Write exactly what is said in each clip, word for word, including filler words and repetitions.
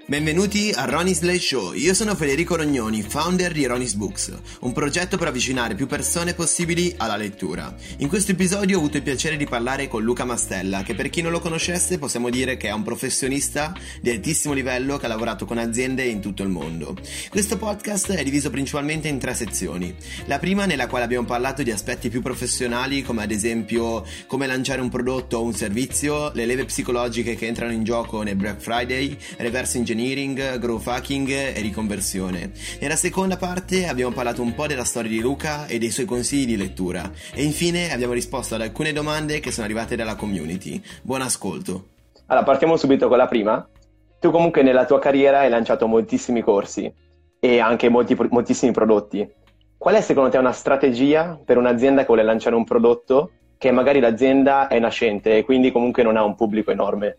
Benvenuti a Ronnie's Late Show. Io sono Federico Rognoni, founder di Ronnie's Books, un progetto per avvicinare più persone possibili alla lettura. In questo episodio ho avuto il piacere di parlare con Luca Mastella, che per chi non lo conoscesse possiamo dire che è un professionista di altissimo livello che ha lavorato con aziende in tutto il mondo. Questo podcast è diviso principalmente in tre sezioni. La prima, nella quale abbiamo parlato di aspetti più professionali, come ad esempio come lanciare un prodotto o un servizio, le leve psicologiche che entrano in gioco nel Black Friday, reverse engineering, growth hacking e riconversione. Nella seconda parte abbiamo parlato un po' della storia di Luca e dei suoi consigli di lettura e infine abbiamo risposto ad alcune domande che sono arrivate dalla community. Buon ascolto. Allora, partiamo subito con la prima. Tu comunque nella tua carriera hai lanciato moltissimi corsi e anche molti, moltissimi prodotti. Qual è secondo te una strategia per un'azienda che vuole lanciare un prodotto che magari l'azienda è nascente e quindi comunque non ha un pubblico enorme?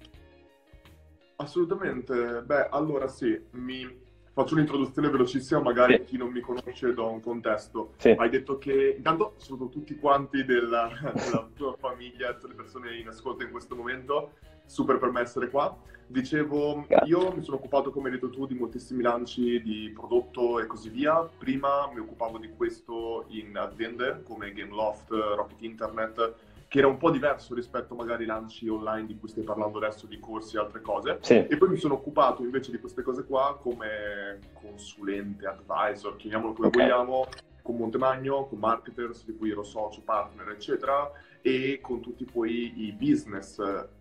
Assolutamente, beh, allora sì, mi faccio un'introduzione velocissima, magari Sì. chi non mi conosce do un contesto. Sì. Hai detto che, intanto saluto tutti quanti della, della tua famiglia, tutte le persone in ascolto in questo momento, super per me essere qua. Dicevo, Grazie. io mi sono occupato, come hai detto tu, di moltissimi lanci di prodotto e così via. Prima mi occupavo di questo in aziende come Gameloft, Rocket Internet, che era un po' diverso rispetto magari ai lanci online di cui stai parlando adesso, di corsi e altre cose. Sì. E poi mi sono occupato invece di queste cose qua come consulente, advisor, chiamiamolo come Ok. vogliamo, con Montemagno, con marketers di cui ero socio, partner, eccetera, e con tutti poi i business,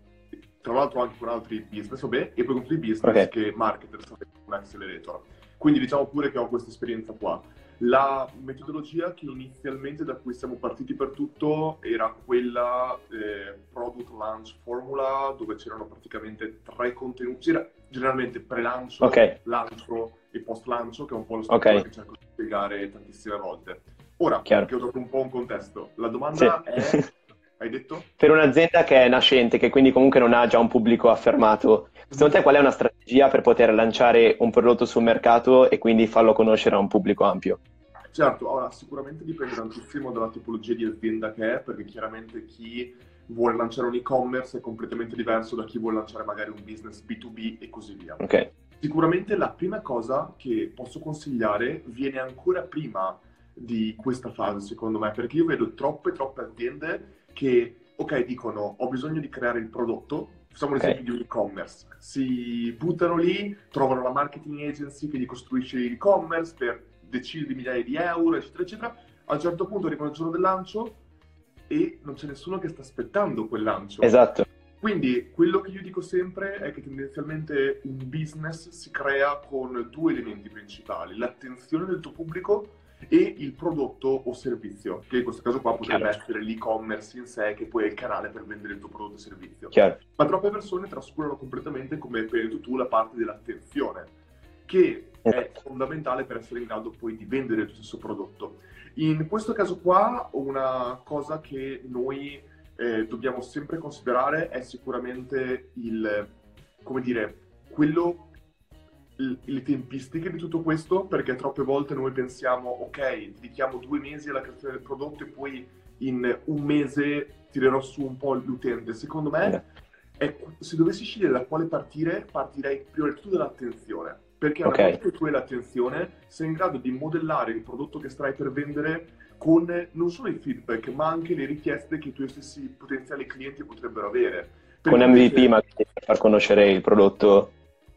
tra l'altro anche con altri business, vabbè, e poi con tutti i business Ok. che marketers avevano un accelerator. Quindi diciamo pure che ho questa esperienza qua. La metodologia che inizialmente da cui siamo partiti per tutto era quella eh, Product Launch Formula, dove c'erano praticamente tre contenuti, c'era generalmente pre-lancio, Ok. lancio e post-lancio, che è un po' lo Ok. struttura che cerco di spiegare tantissime volte. Ora, Chiaro. che ho dato un po' un contesto, la domanda Sì. è, hai detto? Per un'azienda che è nascente, che quindi comunque non ha già un pubblico affermato, secondo te qual è una strategia per poter lanciare un prodotto sul mercato e quindi farlo conoscere a un pubblico ampio? Certo, ora sicuramente dipende tantissimo dalla tipologia di azienda che è, perché chiaramente chi vuole lanciare un e-commerce è completamente diverso da chi vuole lanciare magari un business B due B e così via. Ok. Sicuramente la prima cosa che posso consigliare viene ancora prima di questa fase, secondo me, perché io vedo troppe, troppe aziende che, ok, dicono ho bisogno di creare il prodotto, facciamo Ok. l'esempio di un e-commerce, si buttano lì, trovano la marketing agency che gli costruisce l'e-commerce per decine di migliaia di euro, eccetera, eccetera. A un certo punto arriva il giorno del lancio e non c'è nessuno che sta aspettando quel lancio. Esatto. Quindi quello che io dico sempre è che tendenzialmente un business si crea con due elementi principali: l'attenzione del tuo pubblico e il prodotto o servizio, che in questo caso qua potrebbe Chiaro. essere l'e-commerce in sé, che poi è il canale per vendere il tuo prodotto o servizio. Chiaro. Ma troppe persone trascurano completamente, come hai detto tu, la parte dell'attenzione, che è fondamentale per essere in grado poi di vendere il tuo stesso prodotto. In questo caso qua, una cosa che noi eh, dobbiamo sempre considerare è sicuramente il, come dire, quello, l- le tempistiche di tutto questo, perché troppe volte noi pensiamo, ok, dedichiamo due mesi alla creazione del prodotto e poi in un mese tirerò su un po' l'utente. Secondo me, è- se dovessi scegliere da quale partire, partirei prima di tutto dall'attenzione. Perché una Ok. volta che tu hai l'attenzione, sei in grado di modellare il prodotto che stai per vendere con non solo i feedback, ma anche le richieste che i tuoi stessi potenziali clienti potrebbero avere. Con Perché M V P invece- magari per far conoscere il prodotto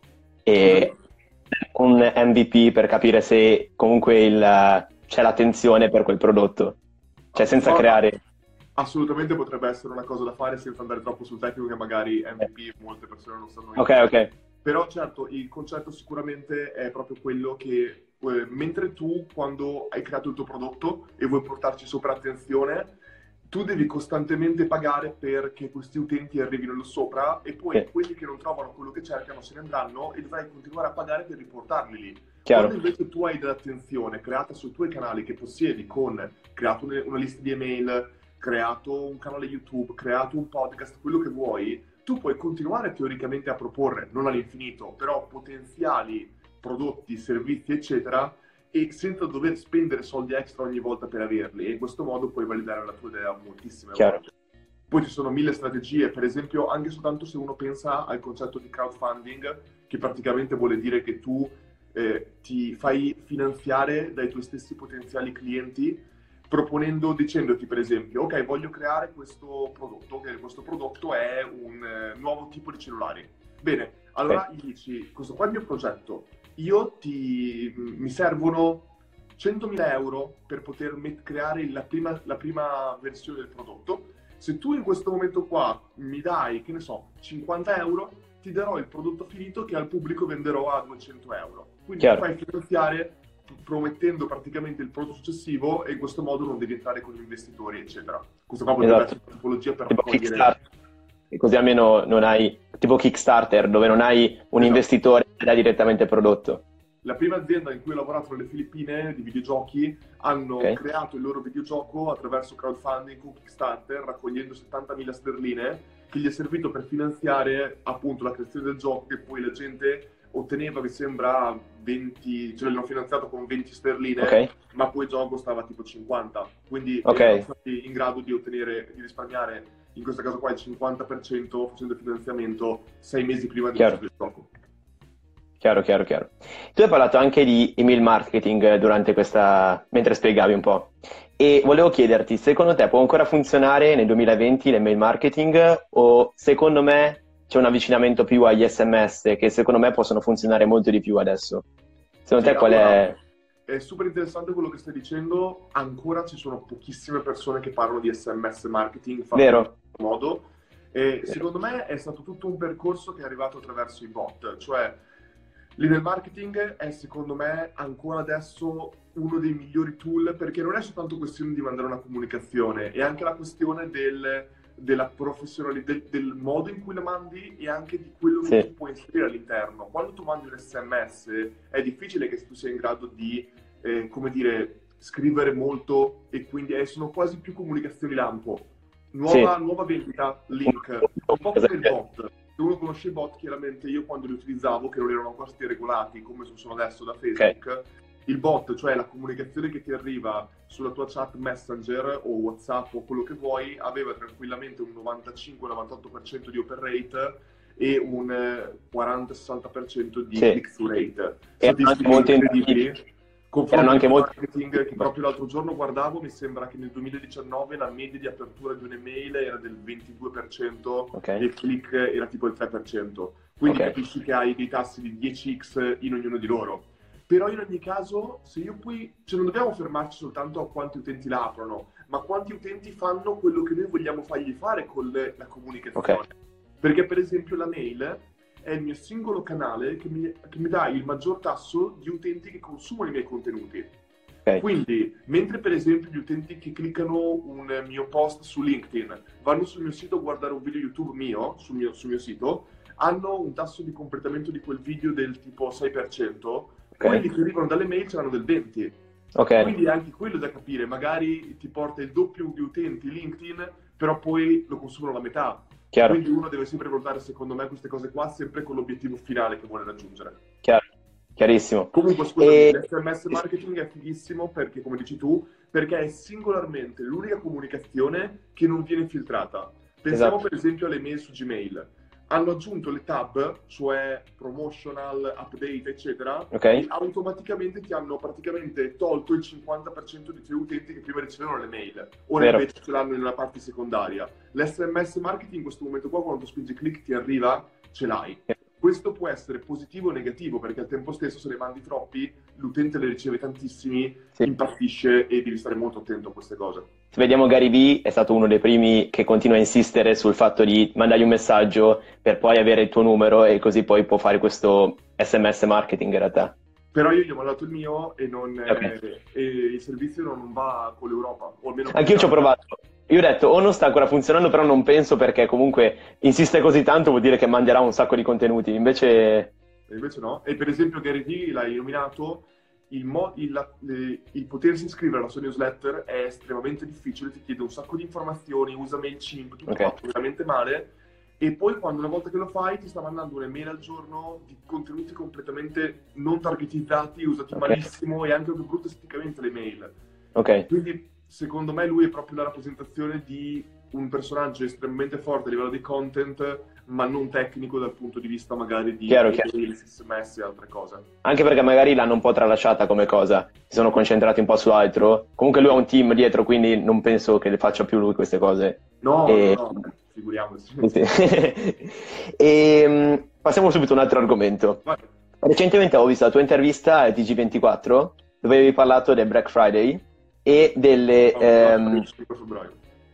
e un M V P per capire se comunque il- c'è l'attenzione per quel prodotto. Cioè senza No, no, creare... assolutamente potrebbe essere una cosa da fare senza andare troppo sul tecnico, che magari M V P molte persone non sanno. Ok, ok. Però certo, il concetto sicuramente è proprio quello che eh, mentre tu, quando hai creato il tuo prodotto e vuoi portarci sopra attenzione, tu devi costantemente pagare perché questi utenti arrivino là sopra, e poi Sì. quelli che non trovano quello che cercano se ne andranno e dovrai continuare a pagare per riportarli lì. Chiaro. Quando invece tu hai dell'attenzione creata sui tuoi canali che possiedi, con creato una una lista di email, creato un canale YouTube, creato un podcast, quello che vuoi, tu puoi continuare teoricamente a proporre, non all'infinito, però potenziali prodotti, servizi, eccetera, e senza dover spendere soldi extra ogni volta per averli, e in questo modo puoi validare la tua idea moltissime Chiaro. volte. Poi ci sono mille strategie, per esempio anche soltanto se uno pensa al concetto di crowdfunding, che praticamente vuole dire che tu eh, ti fai finanziare dai tuoi stessi potenziali clienti, proponendo, dicendoti per esempio, ok, voglio creare questo prodotto, che questo prodotto è un eh, nuovo tipo di cellulari. Bene, allora gli dici, questo qua è il mio progetto, io ti, mi servono centomila euro per poter met- creare la prima, la prima versione del prodotto. Se tu in questo momento qua mi dai, che ne so, cinquanta euro, ti darò il prodotto finito che al pubblico venderò a duecento euro. Quindi ti fai finanziare promettendo praticamente il prodotto successivo e in questo modo non devi entrare con gli investitori, eccetera. Questo qua potrebbe Esatto. essere una tipologia per tipo raccogliere... Kickstarter. Così almeno non hai, tipo Kickstarter, dove non hai un Esatto. investitore che dà direttamente il prodotto. La prima azienda in cui ho lavorato nelle Filippine di videogiochi hanno Ok. creato il loro videogioco attraverso crowdfunding con Kickstarter, raccogliendo settantamila sterline, che gli è servito per finanziare appunto la creazione del gioco, che poi la gente otteneva, mi sembra, venti, cioè l'hanno finanziato con venti sterline, Ok. ma poi il gioco stava tipo cinquanta. Quindi Ok. erano stati in grado di ottenere, di risparmiare, in questo caso qua, il cinquanta per cento facendo il finanziamento sei mesi prima di Chiaro. uscire il gioco. Chiaro, chiaro, chiaro. Tu hai parlato anche di email marketing durante questa, mentre spiegavi un po'. E volevo chiederti, secondo te può ancora funzionare nel duemilaventi l'email marketing o secondo me c'è un avvicinamento più agli S M S che secondo me possono funzionare molto di più adesso? Secondo Sì, te qual allora, è... è super interessante quello che stai dicendo. Ancora ci sono pochissime persone che parlano di S M S marketing fatto Vero. in questo modo. E secondo me è stato tutto un percorso che è arrivato attraverso i bot. Cioè, l'email marketing è secondo me ancora adesso uno dei migliori tool, perché non è soltanto questione di mandare una comunicazione, è anche la questione del, della professionalità, del, del modo in cui la mandi e anche di quello che Sì. tu puoi inserire all'interno. Quando tu mandi un S M S è difficile che tu sia in grado di, eh, come dire, scrivere molto, e quindi eh, sono quasi più comunicazioni lampo. Nuova, Sì. nuova vendita, link, un po' come il bot. Se uno conosce i bot, chiaramente io quando li utilizzavo, che non erano ancora stati regolati come sono adesso da Facebook, okay. Il bot, cioè la comunicazione che ti arriva sulla tua chat Messenger o WhatsApp o quello che vuoi, aveva tranquillamente un novantacinque novantotto per cento di open rate e un quaranta sessanta per cento di sì. click-through rate. Erano anche molto incredibili. Erano anche molto... marketing che proprio l'altro giorno guardavo, mi sembra che nel duemiladiciannove la media di apertura di un'email era del ventidue per cento, okay. E il click era tipo il tre per cento. Quindi okay. Capisci che hai dei tassi di dieci x in ognuno di loro. Però in ogni caso, se io poi, cioè non dobbiamo fermarci soltanto a quanti utenti la aprono, ma quanti utenti fanno quello che noi vogliamo fargli fare con le, la comunicazione. Okay. Perché per esempio la mail è il mio singolo canale che mi, che mi dà il maggior tasso di utenti che consumano i miei contenuti. Okay. Quindi, mentre per esempio gli utenti che cliccano un mio post su LinkedIn vanno sul mio sito a guardare un video YouTube mio, sul mio, sul mio sito, hanno un tasso di completamento di quel video del tipo sei per cento, okay. Quelli che arrivano dalle mail ce l'hanno del venti per cento. Okay. Quindi è anche quello da capire, magari ti porta il doppio di utenti LinkedIn, però poi lo consumano la metà. Chiaro. Quindi uno deve sempre valutare, secondo me, queste cose qua sempre con l'obiettivo finale che vuole raggiungere. Chiaro, chiarissimo. Comunque, scusami, e... l'S M S marketing è fighissimo perché, come dici tu, perché è singolarmente l'unica comunicazione che non viene filtrata. Pensiamo esatto. per esempio alle mail su Gmail. Hanno aggiunto le tab, cioè promotional, update, eccetera, okay. E automaticamente ti hanno praticamente tolto il cinquanta per cento dei tuoi utenti che prima ricevevano le mail. Ora Vero. Invece ce l'hanno nella parte secondaria. L'S M S marketing in questo momento qua, quando tu spingi click ti arriva, ce l'hai. Questo può essere positivo o negativo, perché al tempo stesso se ne mandi troppi, l'utente ne riceve tantissimi, sì. Impazzisce e devi stare molto attento a queste cose. Se vediamo Gary Vee è stato uno dei primi che continua a insistere sul fatto di mandargli un messaggio per poi avere il tuo numero e così poi può fare questo S M S marketing in realtà. Però io gli ho mandato il mio e, non, okay. eh, e il servizio non va con l'Europa. O almeno Anch'io ci ho provato. Io ho detto o non sta ancora funzionando, però non penso, perché comunque insiste così tanto vuol dire che manderà un sacco di contenuti. Invece... E invece no. E per esempio Gary Vee l'hai nominato, il, mo- il, la, le, il potersi iscrivere alla sua newsletter è estremamente difficile, ti chiede un sacco di informazioni, usa MailChimp, tutto okay. fatto veramente male. E poi quando una volta che lo fai ti sta mandando un'email al giorno di contenuti completamente non targetizzati, usati okay. malissimo e anche più brutte esteticamente le mail. Ok. Quindi secondo me lui è proprio la rappresentazione di un personaggio estremamente forte a livello di content, ma non tecnico dal punto di vista magari di Chiaro, chiaro. S M S e altre cose. Anche perché magari l'hanno un po' tralasciata come cosa, si sono concentrati un po' su altro. Comunque lui ha un team dietro, quindi non penso che le faccia più lui queste cose. No, E... no, no, figuriamoci. E um, passiamo subito a un altro argomento. Vai. Recentemente ho visto la tua intervista al T G ventiquattro, dove avevi parlato del Black Friday e delle... No, ehm, il cinque febbraio.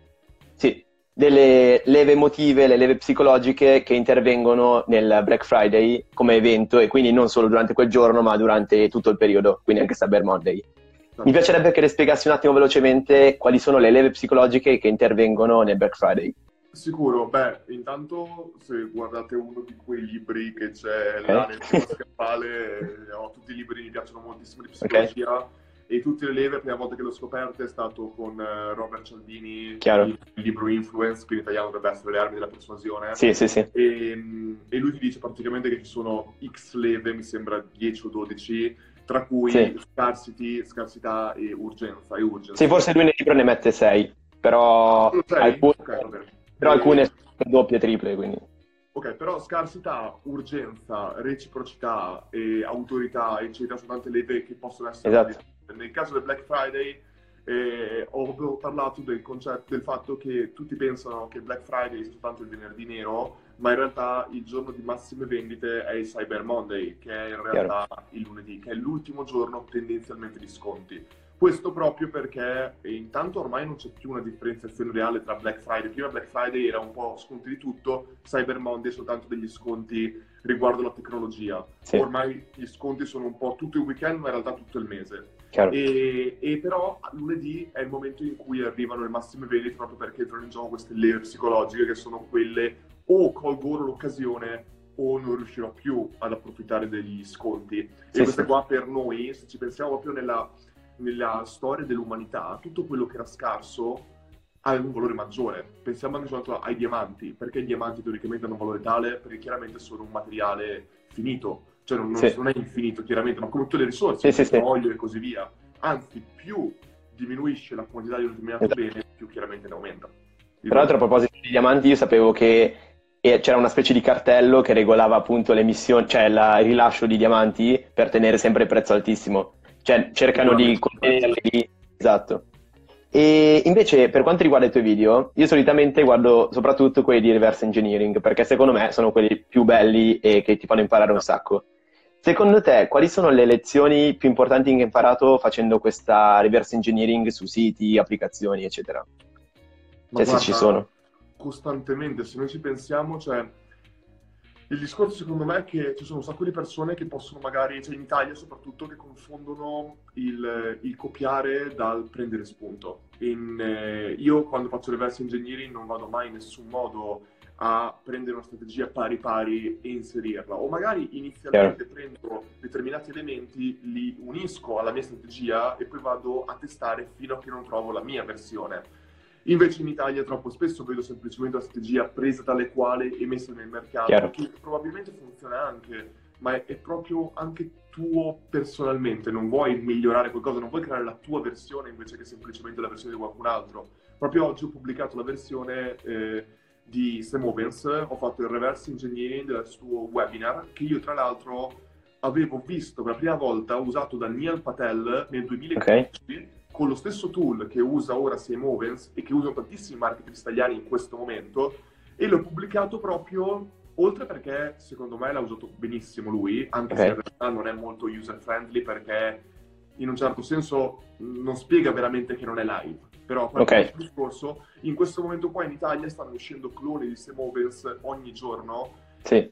sì, delle leve emotive, le leve psicologiche che intervengono nel Black Friday come evento, e quindi non solo durante quel giorno, ma durante tutto il periodo, quindi anche Cyber Monday. Mi piacerebbe che le spiegassi un attimo velocemente quali sono le leve psicologiche che intervengono nel Black Friday. Sicuro, beh, intanto se guardate uno di quei libri che c'è Okay. là nel primo scaffale, eh, ho tutti i libri, mi piacciono moltissimo di psicologia, Okay. e tutte le leve, la prima volta che l'ho scoperto è stato con eh, Robert Cialdini, Chiaro. il, il libro Influence, che in italiano dovrebbe essere Le armi della persuasione. Sì, sì, sì. E, mm, e lui ti dice praticamente che ci sono X leve, mi sembra dieci o dodici, tra cui Sì. scarcity, scarsità e urgenza. E urgenza. Sì, forse lui nel libro ne mette sei, però Solo sei? alcune, Ok, va bene. però E- alcune sono doppie, triple, quindi... Ok, però scarsità, urgenza, reciprocità e autorità, eccetera, sono tante leve che possono essere... Esatto. Nel caso del Black Friday eh, ho proprio parlato del concetto, del fatto che tutti pensano che Black Friday sia soltanto il venerdì nero, ma in realtà il giorno di massime vendite è il Cyber Monday, che è in realtà il lunedì, che è l'ultimo giorno tendenzialmente di sconti. Questo proprio perché eh, intanto ormai non c'è più una differenziazione reale tra Black Friday. Prima Black Friday era un po' sconti di tutto, Cyber Monday soltanto degli sconti riguardo la tecnologia. Sì. Ormai gli sconti sono un po' tutto il weekend, ma in realtà tutto il mese. Chiaro. E, e però lunedì è il momento in cui arrivano le massime vendite, proprio perché entrano in gioco queste leve psicologiche che sono quelle o colgo ora l'occasione o non riuscirò più ad approfittare degli sconti. E Sì, queste sì. qua per noi, se ci pensiamo proprio nella nella storia dell'umanità, tutto quello che era scarso ha un valore maggiore. Pensiamo anche soltanto ai diamanti, perché i diamanti teoricamente hanno un valore tale? Perché chiaramente sono un materiale finito, cioè non, Sì. non è infinito chiaramente, ma come tutte le risorse, Sì, sì, sì. petrolio e così via. Anzi, più diminuisce la quantità di un determinato Esatto. bene, più chiaramente ne aumenta. Tra l'altro, a proposito di diamanti, io sapevo che eh, c'era una specie di cartello che regolava appunto l'emissione, cioè la- il rilascio di diamanti per tenere sempre il prezzo altissimo. Cioè cercano di contenerli, esatto. E invece per quanto riguarda i tuoi video, io solitamente guardo soprattutto quelli di reverse engineering, perché secondo me sono quelli più belli e che ti fanno imparare un sacco. Secondo te, quali sono le lezioni più importanti che hai imparato facendo questa reverse engineering su siti, applicazioni, eccetera? Ma Cioè, se ci sono. costantemente, se noi ci pensiamo, cioè, il discorso secondo me è che ci sono un sacco di persone che possono magari, cioè in Italia soprattutto, che confondono il, il copiare dal prendere spunto. In, eh, io quando faccio reverse engineering non vado mai in nessun modo a prendere una strategia pari pari e inserirla, o magari inizialmente prendo determinati elementi, li unisco alla mia strategia e poi vado a testare fino a che non trovo la mia versione. Invece in Italia troppo spesso vedo semplicemente una strategia presa dalle quali e messa nel mercato, Chiaro. che probabilmente funziona anche, ma è, è proprio anche tuo personalmente, non vuoi migliorare qualcosa, non vuoi creare la tua versione invece che semplicemente la versione di qualcun altro. Proprio oggi ho pubblicato la versione eh, di Sam Ovens, ho fatto il reverse engineering del suo webinar, che io tra l'altro avevo visto per la prima volta usato da Neil Patel nel duemilaquindici, Ok. con lo stesso tool che usa ora Sam Ovens e che usano tantissimi marketer italiani in questo momento, e l'ho pubblicato proprio, oltre perché secondo me l'ha usato benissimo lui, anche Ok. se in realtà non è molto user friendly, perché in un certo senso non spiega veramente che non è live, però Ok. questo discorso, in questo momento qua in Italia stanno uscendo cloni di Sam Ovens ogni giorno, Sì. e,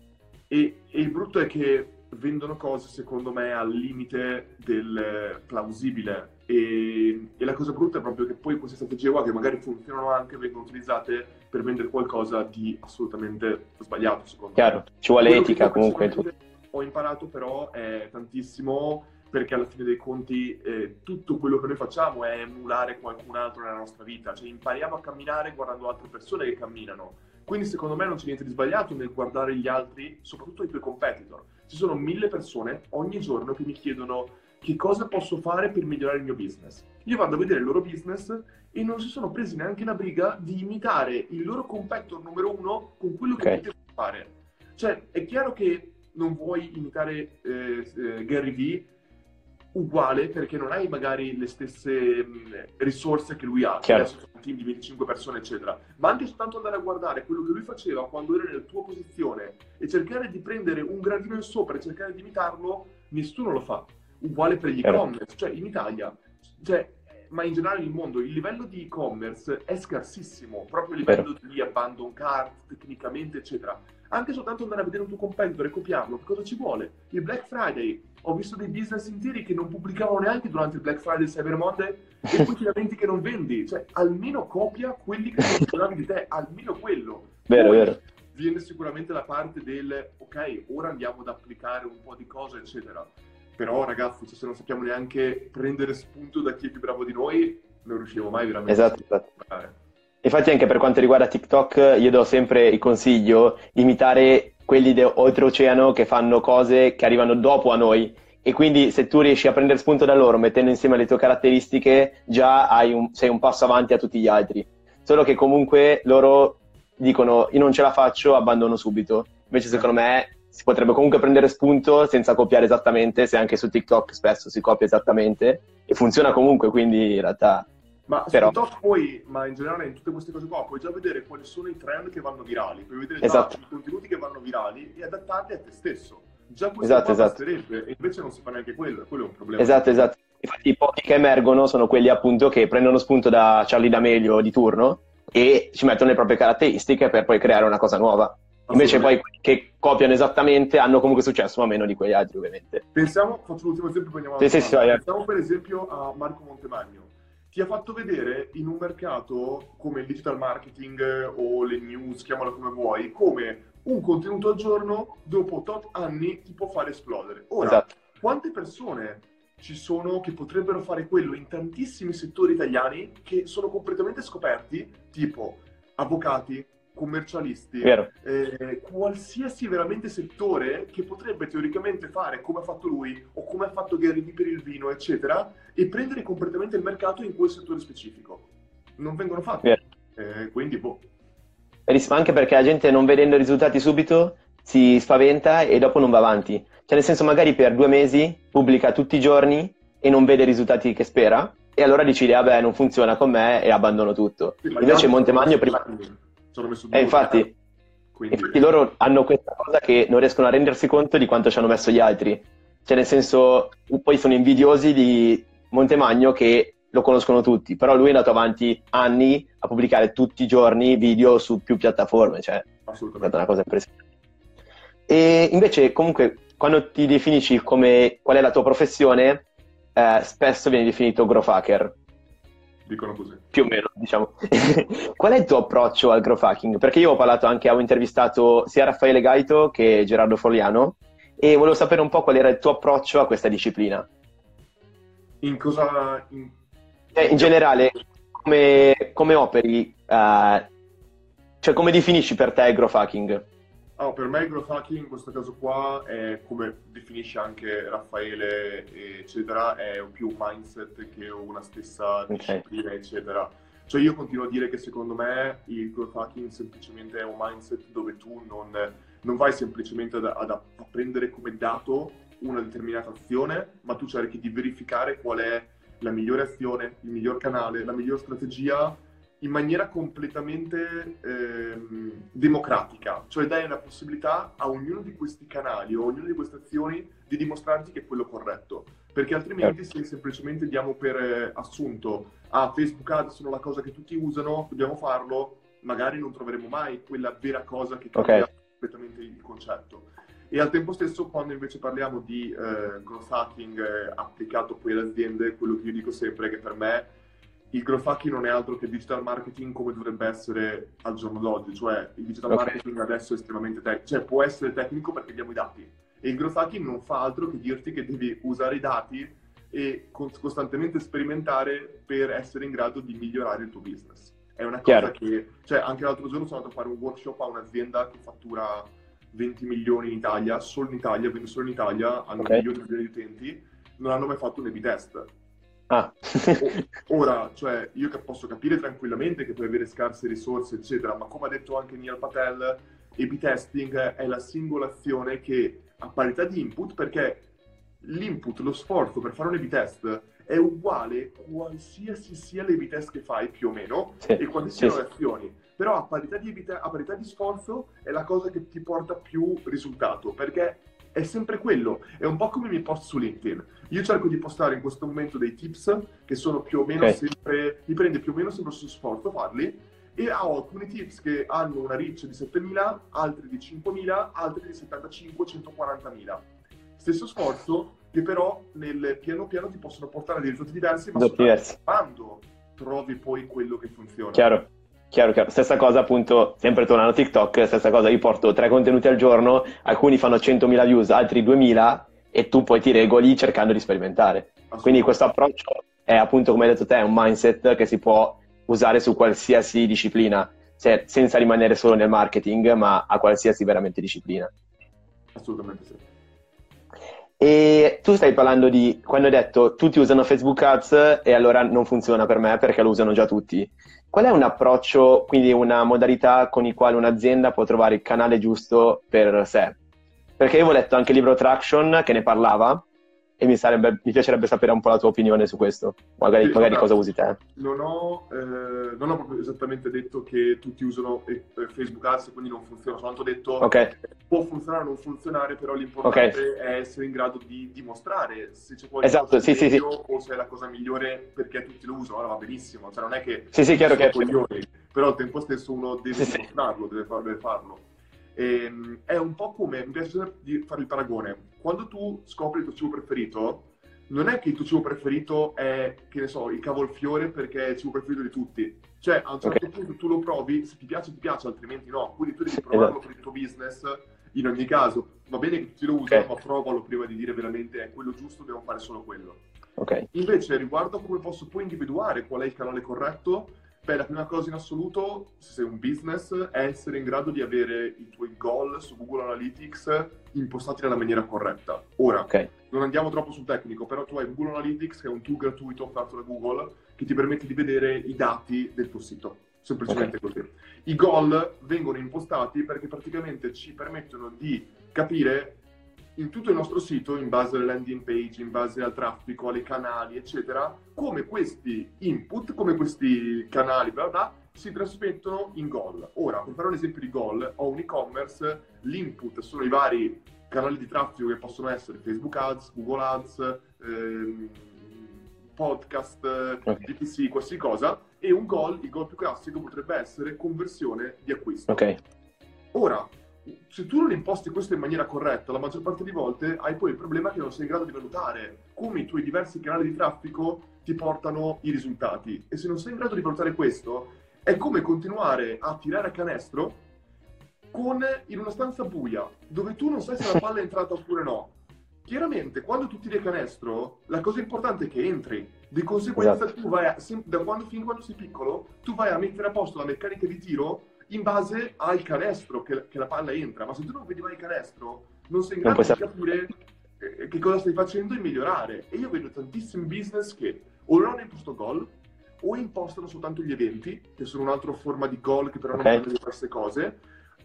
e il brutto è che vendono cose secondo me al limite del eh, plausibile, e, e la cosa brutta è proprio che poi queste strategie qua, che magari funzionano anche, vengono utilizzate per vendere qualcosa di assolutamente sbagliato secondo Chiaro, me. ci vuole Quello che etica io comunque in tutto. personalmente ho imparato però è tantissimo, perché alla fine dei conti eh, tutto quello che noi facciamo è emulare qualcun altro nella nostra vita, cioè impariamo a camminare guardando altre persone che camminano. Quindi secondo me non c'è niente di sbagliato nel guardare gli altri, soprattutto i tuoi competitor. Ci sono mille persone ogni giorno che mi chiedono che cosa posso fare per migliorare il mio business. Io vado a vedere il loro business e non si sono presi neanche la briga di imitare il loro competitor numero uno con quello che Ok. potevano fare. Cioè, è chiaro che non vuoi imitare eh, eh, Gary Vee uguale, perché non hai magari le stesse mh, risorse che lui ha, che Chiaro. adesso sono un team di venticinque persone, eccetera. Ma anche soltanto andare a guardare quello che lui faceva quando era nella tua posizione e cercare di prendere un gradino in sopra e cercare di imitarlo, nessuno lo fa. Uguale per gli Chiaro. e-commerce, cioè in Italia, cioè, ma in generale nel mondo, il livello di e-commerce è scarsissimo, proprio a livello di abandon cart, tecnicamente, eccetera. Anche soltanto andare a vedere un tuo competitor e copiarlo, che cosa ci vuole? Il Black Friday, ho visto dei business interi che non pubblicavano neanche durante il Black Friday e il Cyber Monday e poi ti lamenti che non vendi. Cioè, almeno copia quelli che sono più bravi di te, almeno quello. Vero, Poi vero. viene sicuramente la parte del, ok, ora andiamo ad applicare un po' di cose, eccetera. Però, ragazzi, cioè, se non sappiamo neanche prendere spunto da chi è più bravo di noi, non riusciamo mai veramente Esatto, a esatto. fare. Infatti anche per quanto riguarda TikTok, io do sempre il consiglio di imitare quelli de- oltreoceano che fanno cose che arrivano dopo a noi. E quindi se tu riesci a prendere spunto da loro, mettendo insieme le tue caratteristiche, già hai un- sei un passo avanti a tutti gli altri. Solo che comunque loro dicono io non ce la faccio, abbandono subito. Invece secondo me si potrebbe comunque prendere spunto senza copiare esattamente, se anche su TikTok spesso si copia esattamente e funziona comunque, quindi in realtà... Ma su Però- TikTok poi, ma in generale in tutte queste cose qua, puoi già vedere quali sono i trend che vanno virali, puoi vedere già Esatto. i contenuti che vanno virali e adattarli a te stesso. Già questo Esatto, qua esatto. basterebbe, e invece non si fa neanche quello, quello è un problema. Esatto, esatto. Infatti i pochi che emergono sono quelli appunto che prendono spunto da Charlie D'Amelio di turno e ci mettono le proprie caratteristiche per poi creare una cosa nuova. Invece poi quelli che copiano esattamente hanno comunque successo, ma meno di quegli altri ovviamente. Pensiamo, faccio l'ultimo esempio, poi andiamo Sì, avanti. sì, sì, vai. Pensiamo per esempio a Marco Montemagno. Ti ha fatto vedere in un mercato come il digital marketing o le news, chiamalo come vuoi, come un contenuto al giorno dopo tot anni ti può fare esplodere. Ora, Esatto. quante persone ci sono che potrebbero fare quello in tantissimi settori italiani che sono completamente scoperti, tipo avvocati, commercialisti, Vero. eh, qualsiasi veramente settore che potrebbe teoricamente fare come ha fatto lui o come ha fatto Gary Vee per il vino, eccetera, e prendere completamente il mercato in quel settore specifico. Non vengono fatti. Vero. Eh, quindi, boh. Verissimo, anche perché la gente non vedendo i risultati subito si spaventa e dopo non va avanti. Cioè nel senso magari per due mesi pubblica tutti i giorni e non vede i risultati che spera e allora decide vabbè non funziona con me e abbandono tutto. Sì, ma gli Invece altri Montemagno ci prima... hanno messo due anni, ci hanno messo due Eh, infatti, anni. Quindi, infatti loro hanno questa cosa che non riescono a rendersi conto di quanto ci hanno messo gli altri. Cioè nel senso, poi sono invidiosi di Montemagno che lo conoscono tutti, però lui è andato avanti anni a pubblicare tutti i giorni video su più piattaforme, cioè è assolutamente. stata una cosa impressionante. E invece comunque quando ti definisci come qual è la tua professione, eh, spesso viene definito growth hacker. Dicono così. Più o meno, diciamo. Qual è il tuo approccio al growth hacking? Perché io ho parlato anche, avevo intervistato sia Raffaele Gaito che Gerardo Foliano e volevo sapere un po' qual era il tuo approccio a questa disciplina. In cosa... In, Eh, in generale, come, come operi, eh, cioè come definisci per te il growth hacking? Ah, per me il growth hacking in questo caso qua è, come definisce anche Raffaele, eccetera, è più un mindset che una stessa disciplina, okay, eccetera. Cioè io continuo a dire che secondo me il growth hacking semplicemente è un mindset dove tu non, non vai semplicemente ad, ad, a prendere come dato una determinata azione, ma tu cerchi di verificare qual è la migliore azione, il miglior canale, la miglior strategia in maniera completamente ehm, democratica, cioè dai una possibilità a ognuno di questi canali o a ognuna di queste azioni di dimostrarti che è quello corretto, perché altrimenti se semplicemente diamo per eh, assunto ah, Facebook Ads sono la cosa che tutti usano, dobbiamo farlo, magari non troveremo mai quella vera cosa che cambia okay. completamente il concetto. E al tempo stesso, quando invece parliamo di eh, growth hacking eh, applicato poi alle aziende, quello che io dico sempre è che per me il growth hacking non è altro che digital marketing come dovrebbe essere al giorno d'oggi, cioè il digital okay. marketing adesso è estremamente tecnico, cioè può essere tecnico perché abbiamo i dati, e il growth hacking non fa altro che dirti che devi usare i dati e costantemente sperimentare per essere in grado di migliorare il tuo business. È una cosa Chiaro. Che, cioè anche l'altro giorno sono andato a fare un workshop a un'azienda che fattura venti milioni in Italia, solo in Italia, quindi solo in Italia, hanno okay. milioni di utenti, non hanno mai fatto un A B test. Ah. Ora, cioè, io che posso capire tranquillamente che puoi avere scarse risorse, eccetera, ma come ha detto anche Neil Patel, A B testing è la singola azione che a parità di input, perché l'input, lo sforzo per fare un A B test è uguale qualsiasi sia l'A B test che fai, più o meno, sì, e quali siano sì, le azioni. Però a parità di A B te- a parità di sforzo è la cosa che ti porta più risultato, perché è sempre quello. È un po' come i miei post su LinkedIn. Io cerco di postare in questo momento dei tips che sono più o meno okay. sempre, mi prende più o meno sempre su sforzo farli, e ho alcuni tips che hanno una reach di settemila, altri di cinquemila, altri di settantacinque centoquarantamila. Stesso sforzo, che però nel piano piano ti possono portare a dei risultati diversi, ma Risultati diversi. quando trovi poi quello che funziona. Chiaro, chiaro, chiaro. Stessa cosa appunto, sempre tornando a TikTok, stessa cosa, io porto tre contenuti al giorno, alcuni fanno centomila views, altri duemila, e tu poi ti regoli cercando di sperimentare. Quindi questo approccio è appunto, come hai detto te, un mindset che si può usare su qualsiasi disciplina, cioè, senza rimanere solo nel marketing, ma a qualsiasi veramente disciplina. Assolutamente sì. E tu stai parlando di, quando hai detto tutti usano Facebook Ads e allora non funziona per me perché lo usano già tutti. Qual è un approccio, quindi una modalità con il quale un'azienda può trovare il canale giusto per sé? Perché io avevo letto anche il libro Traction che ne parlava e mi, sarebbe, mi piacerebbe sapere un po' la tua opinione su questo, magari, Sì, magari guarda, cosa usi te. Non ho, eh, non ho proprio esattamente detto che tutti usano eh, Facebook Ads e quindi non funziona, soltanto detto Ok, può funzionare o non funzionare, però l'importante ok, è essere in grado di dimostrare se c'è qualcosa esatto, di sì, sì, sì, meglio o se è la cosa migliore perché tutti lo usano. Allora va benissimo, cioè non è che sì, sì, tutti chiaro, sono chiaro, chiaro. coglioni, però al tempo stesso uno deve Sì, sì, dimostrarlo, deve, far- deve farlo. Ehm, è un po' come, mi piace sempre di fare il paragone, quando tu scopri il tuo cibo preferito, non è che il tuo cibo preferito è, che ne so, il cavolfiore perché è il cibo preferito di tutti. Cioè, a un certo ok, punto tu lo provi, se ti piace ti piace, altrimenti no. Quindi tu devi sì, provarlo esatto, per il tuo business in ogni caso. Va bene che tutti lo usano, ok, ma provalo prima di dire veramente è quello giusto, devo fare solo quello. ok, Invece, riguardo a come posso poi individuare qual è il canale corretto, beh, la prima cosa in assoluto, se sei un business, è essere in grado di avere i tuoi goal su Google Analytics impostati nella maniera corretta. Ora, ok, non andiamo troppo sul tecnico, però tu hai Google Analytics, che è un tool gratuito offerto da Google, che ti permette di vedere i dati del tuo sito. Semplicemente ok, così. I goal vengono impostati perché praticamente ci permettono di capire in tutto il nostro sito, in base alle landing page, in base al traffico, ai canali, eccetera, come questi input, come questi canali, bla bla, si trasmettono in goal. Ora, per fare un esempio di goal, ho un e-commerce, l'input sono i vari canali di traffico che possono essere Facebook Ads, Google Ads, ehm, podcast, ok, D P C, qualsiasi cosa, e un goal, il goal più classico potrebbe essere conversione di acquisto. ok, Ora, se tu non imposti questo in maniera corretta, la maggior parte di volte hai poi il problema che non sei in grado di valutare come i tuoi diversi canali di traffico ti portano i risultati. E se non sei in grado di valutare questo, è come continuare a tirare a canestro con, in una stanza buia, dove tu non sai se la palla è entrata oppure no. Chiaramente, quando tu tiri a canestro, la cosa importante è che entri. Di conseguenza, esatto, tu vai a, da quando, fin quando sei piccolo, tu vai a mettere a posto la meccanica di tiro in base al canestro che, che la palla entra. Ma se tu non vedi mai il canestro, non sei in non grado puoi di sapere. capire eh, che cosa stai facendo e migliorare. E io vedo tantissimi business che o non hanno imposto gol, o impostano soltanto gli eventi, che sono un'altra forma di goal che però non Ok, fanno diverse cose,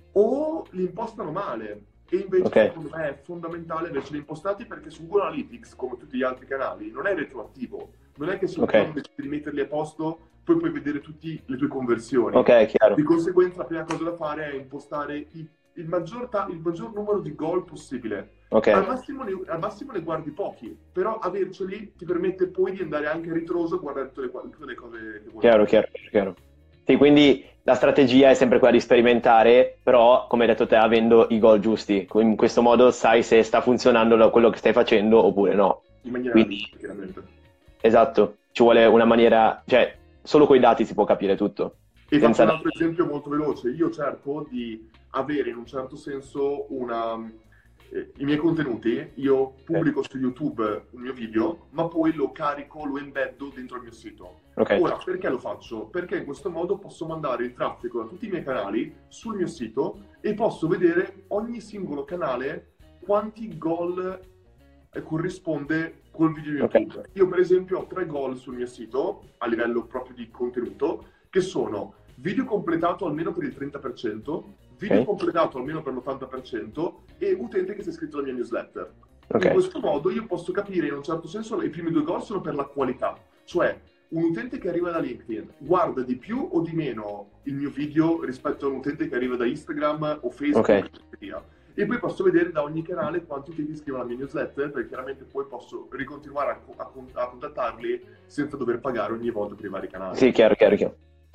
o li impostano male. E invece ok, secondo me è fondamentale averceli impostati, perché su Google Analytics, come tutti gli altri canali, non è retroattivo. Non è che se un ok, giorno decidi di metterli a posto, poi puoi vedere tutte le tue conversioni. ok, chiaro, Di conseguenza la prima cosa da fare è impostare i- il maggior, ta- il maggior numero di goal possibile. ok. Al massimo, ne, al massimo ne guardi pochi, però averceli ti permette poi di andare anche a ritroso e guardare tutte le, tutte le cose che vuoi. Chiaro, chiaro, chiaro. Sì, quindi la strategia è sempre quella di sperimentare, però, come hai detto te, avendo i goal giusti. In questo modo sai se sta funzionando quello che stai facendo oppure no. In maniera Quindi, giusta, chiaramente. esatto, ci vuole una maniera, cioè, solo coi dati si può capire tutto. E faccio Senza un dati. altro esempio molto veloce. Io cerco di avere in un certo senso una... eh, i miei contenuti, io pubblico su YouTube un mio video, ma poi lo carico, lo embeddo dentro il mio sito. Ok, Ora, perché lo faccio? Perché in questo modo posso mandare il traffico da tutti i miei canali sul mio sito e posso vedere ogni singolo canale quanti goal eh, corrisponde col video Ok. YouTube. Io per esempio ho tre goal sul mio sito a livello proprio di contenuto, che sono video completato almeno per il trenta per cento, video Ok. completato almeno per l'ottanta per cento e utente che si è iscritto alla mia newsletter. In Ok. questo modo io posso capire in un certo senso i primi due goal sono per la qualità, cioè un utente che arriva da LinkedIn guarda di più o di meno il mio video rispetto a un utente che arriva da Instagram o Facebook Ok. e così via. E poi posso vedere da ogni canale quanti utenti iscrivono alla mia newsletter, perché chiaramente poi posso ricontinuare a, a, a contattarli senza dover pagare ogni volta per i vari canali. Sì, chiaro, chiaro, chiaro.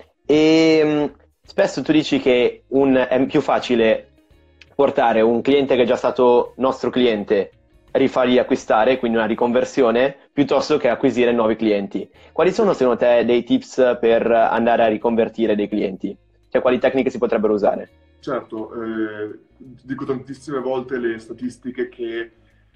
E mh, spesso tu dici che un- è più facile portare un cliente che è già stato nostro cliente, rifargli acquistare, quindi una riconversione, piuttosto che acquisire nuovi clienti. Quali sono secondo te dei tips per andare a riconvertire dei clienti? Cioè, quali tecniche si potrebbero usare? Certo, eh, dico tantissime volte le statistiche che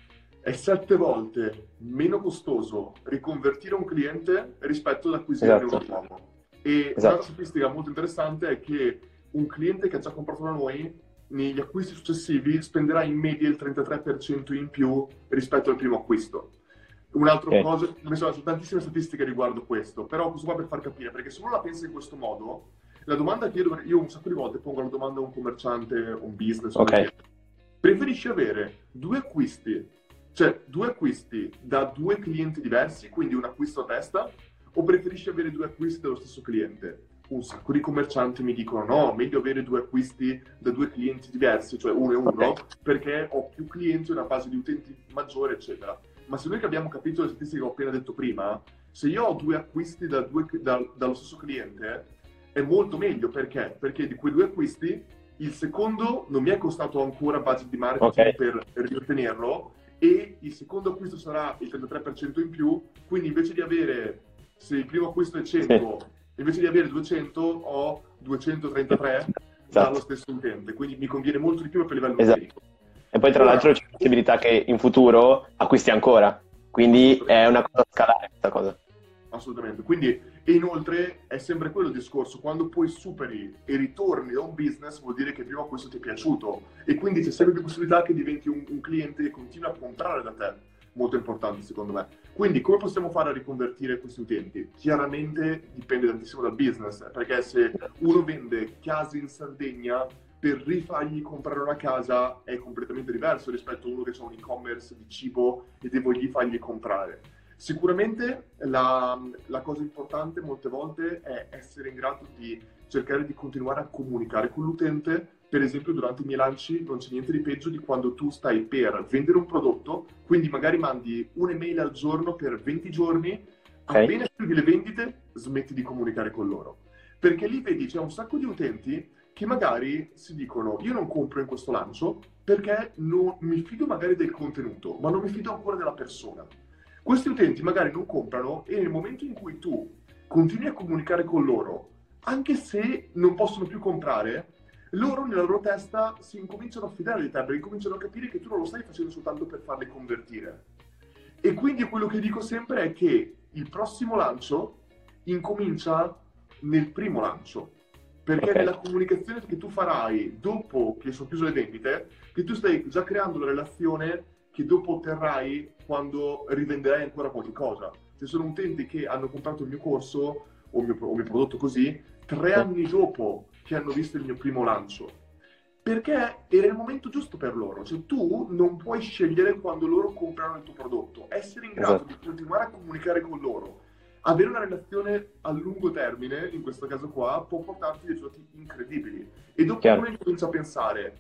è sette volte meno costoso riconvertire un cliente rispetto ad acquisire Esatto. uno nuovo. E Esatto. un'altra statistica molto interessante è che un cliente che ha già comprato da noi, negli acquisti successivi, spenderà in media il trentatré per cento in più rispetto al primo acquisto. Un'altra Ok. cosa, insomma, ci sono tantissime statistiche riguardo questo, però questo qua per far capire, perché se uno la pensa in questo modo, la domanda che io, dovrei, io un sacco di volte pongo la domanda a un commerciante, un business, Ok. un preferisci avere due acquisti, cioè due acquisti da due clienti diversi, quindi un acquisto a testa, o preferisci avere due acquisti dallo stesso cliente? Un sacco di commercianti mi dicono no, meglio avere due acquisti da due clienti diversi, cioè uno e uno, Ok. perché ho più clienti, una base di utenti maggiore, eccetera. Ma se noi che abbiamo capito le statistiche che ho appena detto prima, se io ho due acquisti da due, da, dallo stesso cliente, è molto meglio, perché? Perché di quei due acquisti, il secondo non mi è costato ancora budget di marketing Ok. per riottenerlo, e il secondo acquisto sarà il trentatré per cento in più, quindi invece di avere, se il primo acquisto è cento, invece di avere duecento, ho duecentotrentatré dallo Esatto. stesso utente, quindi mi conviene molto di più per livello Esatto. numerico. E poi tra Ora, l'altro c'è la possibilità che in futuro acquisti ancora, quindi è una cosa scalare questa cosa. assolutamente. Quindi, e inoltre è sempre quello il discorso, quando poi superi e ritorni da un business vuol dire che prima questo ti è piaciuto e quindi c'è sempre più possibilità che diventi un, un cliente che continua a comprare da te. Molto importante secondo me. Quindi come possiamo fare a riconvertire questi utenti? Chiaramente dipende tantissimo dal business, perché se uno vende case in Sardegna, per rifargli comprare una casa è completamente diverso rispetto a uno che ha un e-commerce di cibo e devo gli fargli comprare. Sicuramente la, la cosa importante molte volte è essere in grado di cercare di continuare a comunicare con l'utente. Per esempio durante i miei lanci non c'è niente di peggio di quando tu stai per vendere un prodotto, quindi magari mandi un'email al giorno per venti giorni, Ok. appena chiudi le vendite smetti di comunicare con loro. Perché lì vedi c'è un sacco di utenti che magari si dicono io non compro in questo lancio perché non mi fido magari del contenuto, ma non mi fido ancora della persona. Questi utenti magari non comprano e nel momento in cui tu continui a comunicare con loro, anche se non possono più comprare, loro nella loro testa si incominciano a fidare di te, perché incominciano a capire che tu non lo stai facendo soltanto per farli convertire. E quindi quello che dico sempre è che il prossimo lancio incomincia nel primo lancio, perché Ok. nella comunicazione che tu farai dopo che sono chiuse le vendite, che tu stai già creando la relazione che dopo otterrai quando rivenderai ancora qualche cosa. Se sono utenti che hanno comprato il mio corso o il mio, o il mio prodotto così, tre anni dopo che hanno visto il mio primo lancio, perché era il momento giusto per loro. Cioè tu non puoi scegliere quando loro comprano il tuo prodotto, essere in grado Esatto. di continuare a comunicare con loro, avere una relazione a lungo termine, in questo caso qua, può portarti dei risultati incredibili. E dopo Chiaro. uno incomincia a pensare,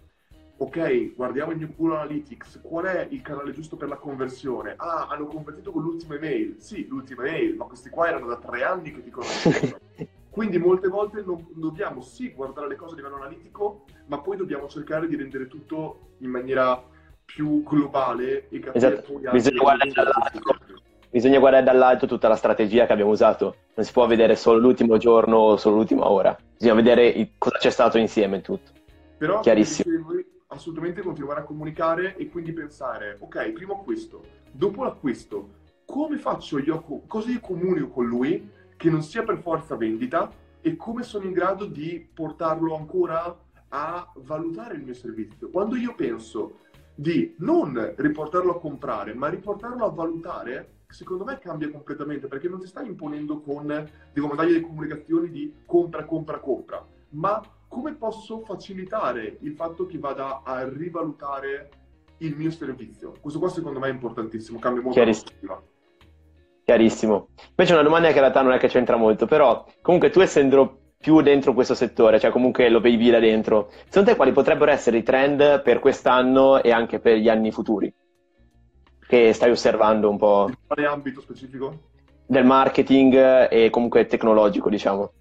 ok, guardiamo il mio Google Analytics, qual è il canale giusto per la conversione? Ah, hanno convertito con l'ultima email. Sì, l'ultima email, ma questi qua erano da tre anni che ti conoscono. Quindi molte volte non dobbiamo sì guardare le cose a livello analitico, ma poi dobbiamo cercare di rendere tutto in maniera più globale e capire Esatto. poi anche Bisogna le guardare esigenze dall'alto. dei clienti. Bisogna guardare dall'alto tutta la strategia che abbiamo usato. Non si può vedere solo l'ultimo giorno o solo l'ultima ora. Bisogna vedere il- cosa c'è stato insieme in tutto. Però, come Chiarissimo. dicevo, assolutamente continuare a comunicare e quindi pensare, ok, primo acquisto, dopo l'acquisto, come faccio io, a co- cosa io comunico con lui che non sia per forza vendita e come sono in grado di portarlo ancora a valutare il mio servizio. Quando io penso, di non riportarlo a comprare, ma riportarlo a valutare, secondo me cambia completamente, perché non ti stai imponendo con dei mandagli di comunicazioni di compra, compra, compra, ma come posso facilitare il fatto che vada a rivalutare il mio servizio? Questo qua secondo me è importantissimo, cambia molto la prospettiva. Chiarissimo. Invece una domanda che in realtà non è che c'entra molto, però comunque tu essendo più dentro questo settore, cioè comunque lo vedi da dentro, secondo te quali potrebbero essere i trend per quest'anno e anche per gli anni futuri? Che stai osservando un po'? In quale ambito specifico? Del marketing e comunque tecnologico, diciamo.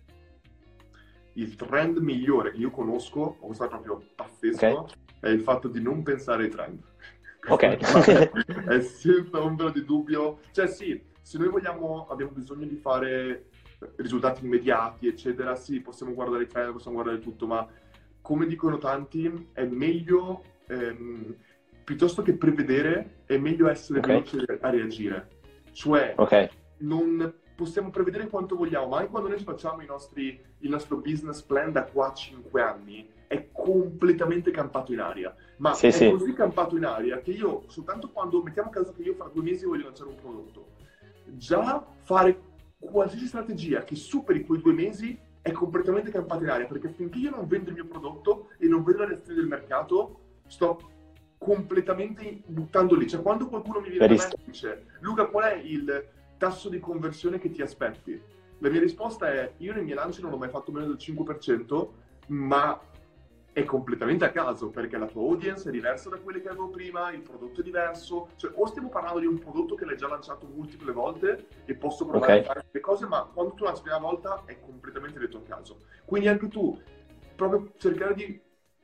Il trend migliore che io conosco, o questo è proprio pazzesco, okay, è il fatto di non pensare ai trend. Ok. È senza ombra di dubbio. Cioè sì, se noi vogliamo, abbiamo bisogno di fare risultati immediati, eccetera, sì, possiamo guardare i trend, possiamo guardare tutto, ma come dicono tanti, è meglio, ehm, piuttosto che prevedere, è meglio essere okay. veloce a reagire. Cioè, okay. non possiamo prevedere quanto vogliamo, ma anche quando noi facciamo i nostri, il nostro business plan da qua a cinque anni, è completamente campato in aria. Ma sì, è sì. così campato in aria che io, soltanto quando, mettiamo a caso che io fra due mesi voglio lanciare un prodotto, già fare qualsiasi strategia che superi quei due mesi è completamente campata in aria, perché finché io non vendo il mio prodotto e non vedo la reazione del mercato, sto completamente buttando lì. Cioè, quando qualcuno mi viene da me e dice Luca, qual è il tasso di conversione che ti aspetti? La mia risposta è: io nei miei lanci non ho mai fatto meno del cinque per cento, ma è completamente a caso, perché la tua audience è diversa da quelle che avevo prima, il prodotto è diverso, cioè o stiamo parlando di un prodotto che l'hai già lanciato multiple volte e posso provare okay. a fare le cose, ma quando tu lanci la prima volta è completamente detto a caso. Quindi anche tu, proprio cercare di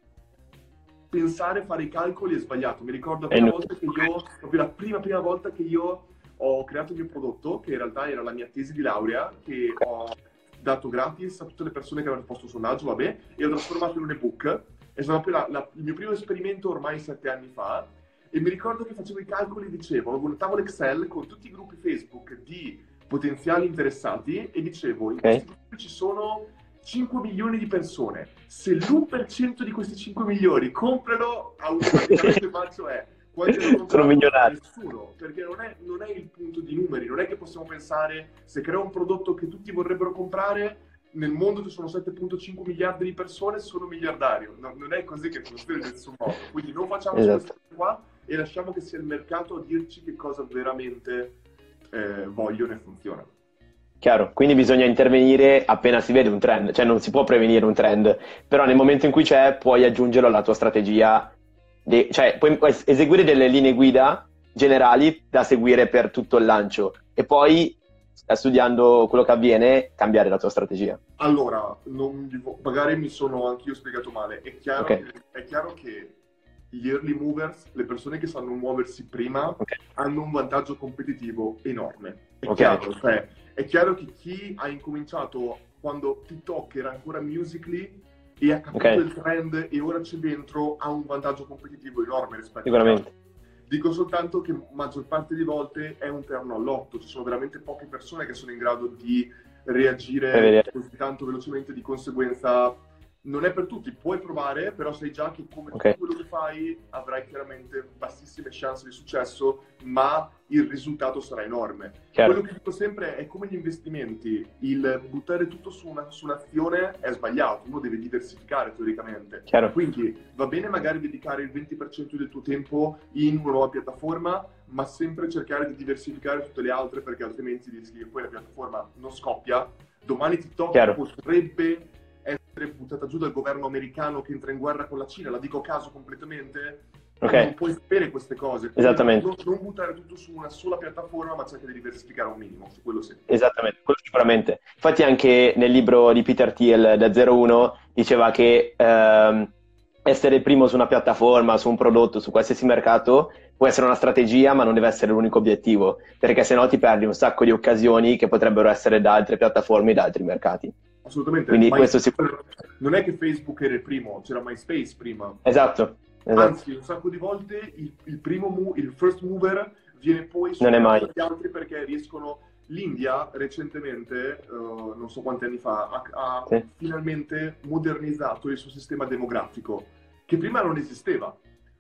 pensare, fare i calcoli è sbagliato. Mi ricordo la prima volta che io, proprio la prima prima volta che io ho creato il mio prodotto, che in realtà era la mia tesi di laurea, che ho dato gratis a tutte le persone che avevano posto sondaggio, vabbè, e ho trasformato in un ebook. È stato proprio la, la, il mio primo esperimento ormai sette anni fa, e mi ricordo che facevo i calcoli e dicevo, avevo un tavolo Excel con tutti i gruppi Facebook di potenziali interessati e dicevo, in okay. questi gruppi ci sono cinque milioni di persone, se l'uno per cento di questi cinque milioni comprano, automaticamente faccio è sono milionari. Nessuno, perché non è, non è il punto di numeri, non è che possiamo pensare, se creo un prodotto che tutti vorrebbero comprare, nel mondo ci sono sette virgola cinque miliardi di persone, sono miliardario. No, non è così che funziona in nessun modo. Quindi non facciamo esatto. queste cose qua e lasciamo che sia il mercato a dirci che cosa veramente eh, vogliono e funziona. Chiaro, quindi bisogna intervenire appena si vede un trend, cioè non si può prevenire un trend, però nel momento in cui c'è puoi aggiungerlo alla tua strategia, de- cioè puoi eseguire delle linee guida generali da seguire per tutto il lancio e poi studiando quello che avviene cambiare la tua strategia. Allora, non, magari mi sono anch'io spiegato male, è chiaro, okay. che, è chiaro che gli early movers, le persone che sanno muoversi prima, okay. hanno un vantaggio competitivo enorme. È, okay. chiaro, cioè, è chiaro che chi ha incominciato quando TikTok era ancora Musical.ly e ha capito okay. il trend e ora c'è dentro, ha un vantaggio competitivo enorme rispetto Sicuramente. a Dico soltanto che maggior parte di volte è un terno all'otto, ci sono veramente poche persone che sono in grado di reagire così tanto velocemente, di conseguenza non è per tutti, puoi provare, però sai già che come okay. tutto quello che fai avrai chiaramente bassissime chance di successo, ma il risultato sarà enorme. Chiaro. Quello che dico sempre è come gli investimenti, il buttare tutto su, una, su un'azione è sbagliato, uno deve diversificare teoricamente. Chiaro. Quindi va bene magari dedicare il venti per cento del tuo tempo in una nuova piattaforma, ma sempre cercare di diversificare tutte le altre, perché altrimenti rischi che poi la piattaforma non scoppia. Domani TikTok Chiaro. potrebbe essere buttata giù dal governo americano che entra in guerra con la Cina, la dico a caso completamente, okay. non puoi sapere queste cose. Esattamente. Non, non buttare tutto su una sola piattaforma, ma cerca di diversificare un minimo, su quello sì. Esattamente, quello sicuramente. Infatti anche nel libro di Peter Thiel, da zero uno, diceva che ehm, essere il primo su una piattaforma, su un prodotto, su qualsiasi mercato, può essere una strategia, ma non deve essere l'unico obiettivo, perché sennò ti perdi un sacco di occasioni che potrebbero essere da altre piattaforme e da altri mercati. Assolutamente. Quindi My... questo si... Non è che Facebook era il primo, c'era MySpace prima. Esatto. esatto. Anzi, un sacco di volte il, il primo mu- il first mover viene poi non è mai gli altri perché riescono. L'India recentemente, uh, non so quanti anni fa, ha, ha sì. finalmente modernizzato il suo sistema demografico, che prima non esisteva.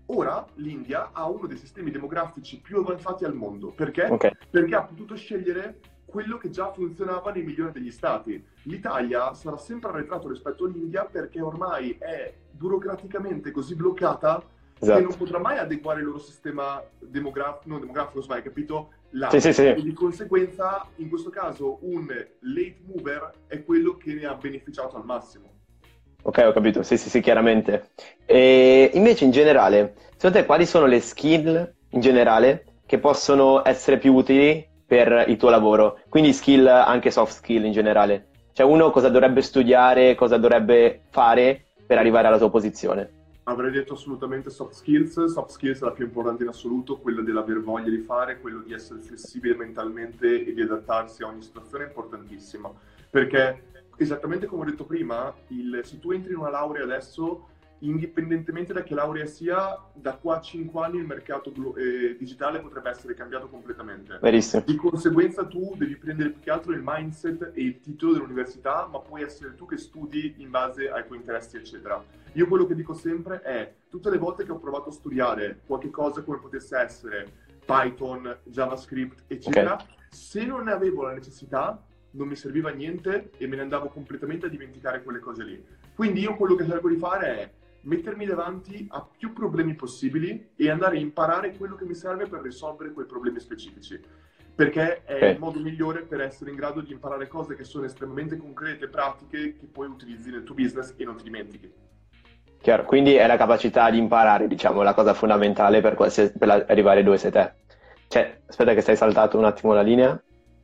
Ora l'India ha uno dei sistemi demografici più avanzati al mondo. Perché? Ok. Perché ha potuto scegliere quello che già funzionava nei migliori degli stati. L'Italia sarà sempre arretrato rispetto all'India perché ormai è burocraticamente così bloccata Esatto. che non potrà mai adeguare il loro sistema demografico, non demografico, hai capito? Là. Sì, sì, sì. E di conseguenza, in questo caso, un late mover è quello che ne ha beneficiato al massimo. Ok, ho capito, sì, sì, sì, chiaramente. E invece in generale, secondo te quali sono le skill in generale che possono essere più utili per il tuo lavoro? Quindi skill, anche soft skill in generale. Cioè uno cosa dovrebbe studiare, cosa dovrebbe fare per arrivare alla tua posizione? Avrei detto assolutamente soft skills. Soft skills è la più importante in assoluto, quella dell'aver voglia di fare, quello di essere flessibile mentalmente e di adattarsi a ogni situazione è importantissima. Perché, esattamente come ho detto prima, il, se tu entri in una laurea adesso, indipendentemente da che laurea sia, da qua a cinque anni il mercato glo- eh, digitale potrebbe essere cambiato completamente. Verissimo. Di conseguenza tu devi prendere più che altro il mindset e il titolo dell'università, ma puoi essere tu che studi in base ai tuoi interessi, eccetera. Io quello che dico sempre è, tutte le volte che ho provato a studiare qualche cosa come potesse essere Python, JavaScript, eccetera, Ok. se non ne avevo la necessità, non mi serviva a niente e me ne andavo completamente a dimenticare quelle cose lì. Quindi io quello che cerco di fare è mettermi davanti a più problemi possibili e andare a imparare quello che mi serve per risolvere quei problemi specifici. Perché è Ok. il modo migliore per essere in grado di imparare cose che sono estremamente concrete, pratiche, che poi utilizzi nel tuo business e non ti dimentichi. Chiaro, quindi è la capacità di imparare, diciamo, la cosa fondamentale per, qualsiasi- per la- arrivare dove sei te. Cioè, aspetta che stai saltato un attimo la linea.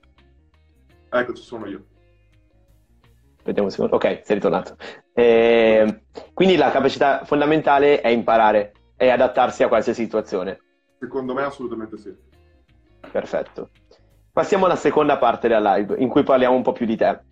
Ecco, ci sono io. Vediamo un secondo. Ok, sei ritornato. Eh, quindi la capacità fondamentale è imparare e adattarsi a qualsiasi situazione. Secondo me assolutamente sì. Perfetto. Passiamo alla seconda parte della live, in cui parliamo un po' più di te.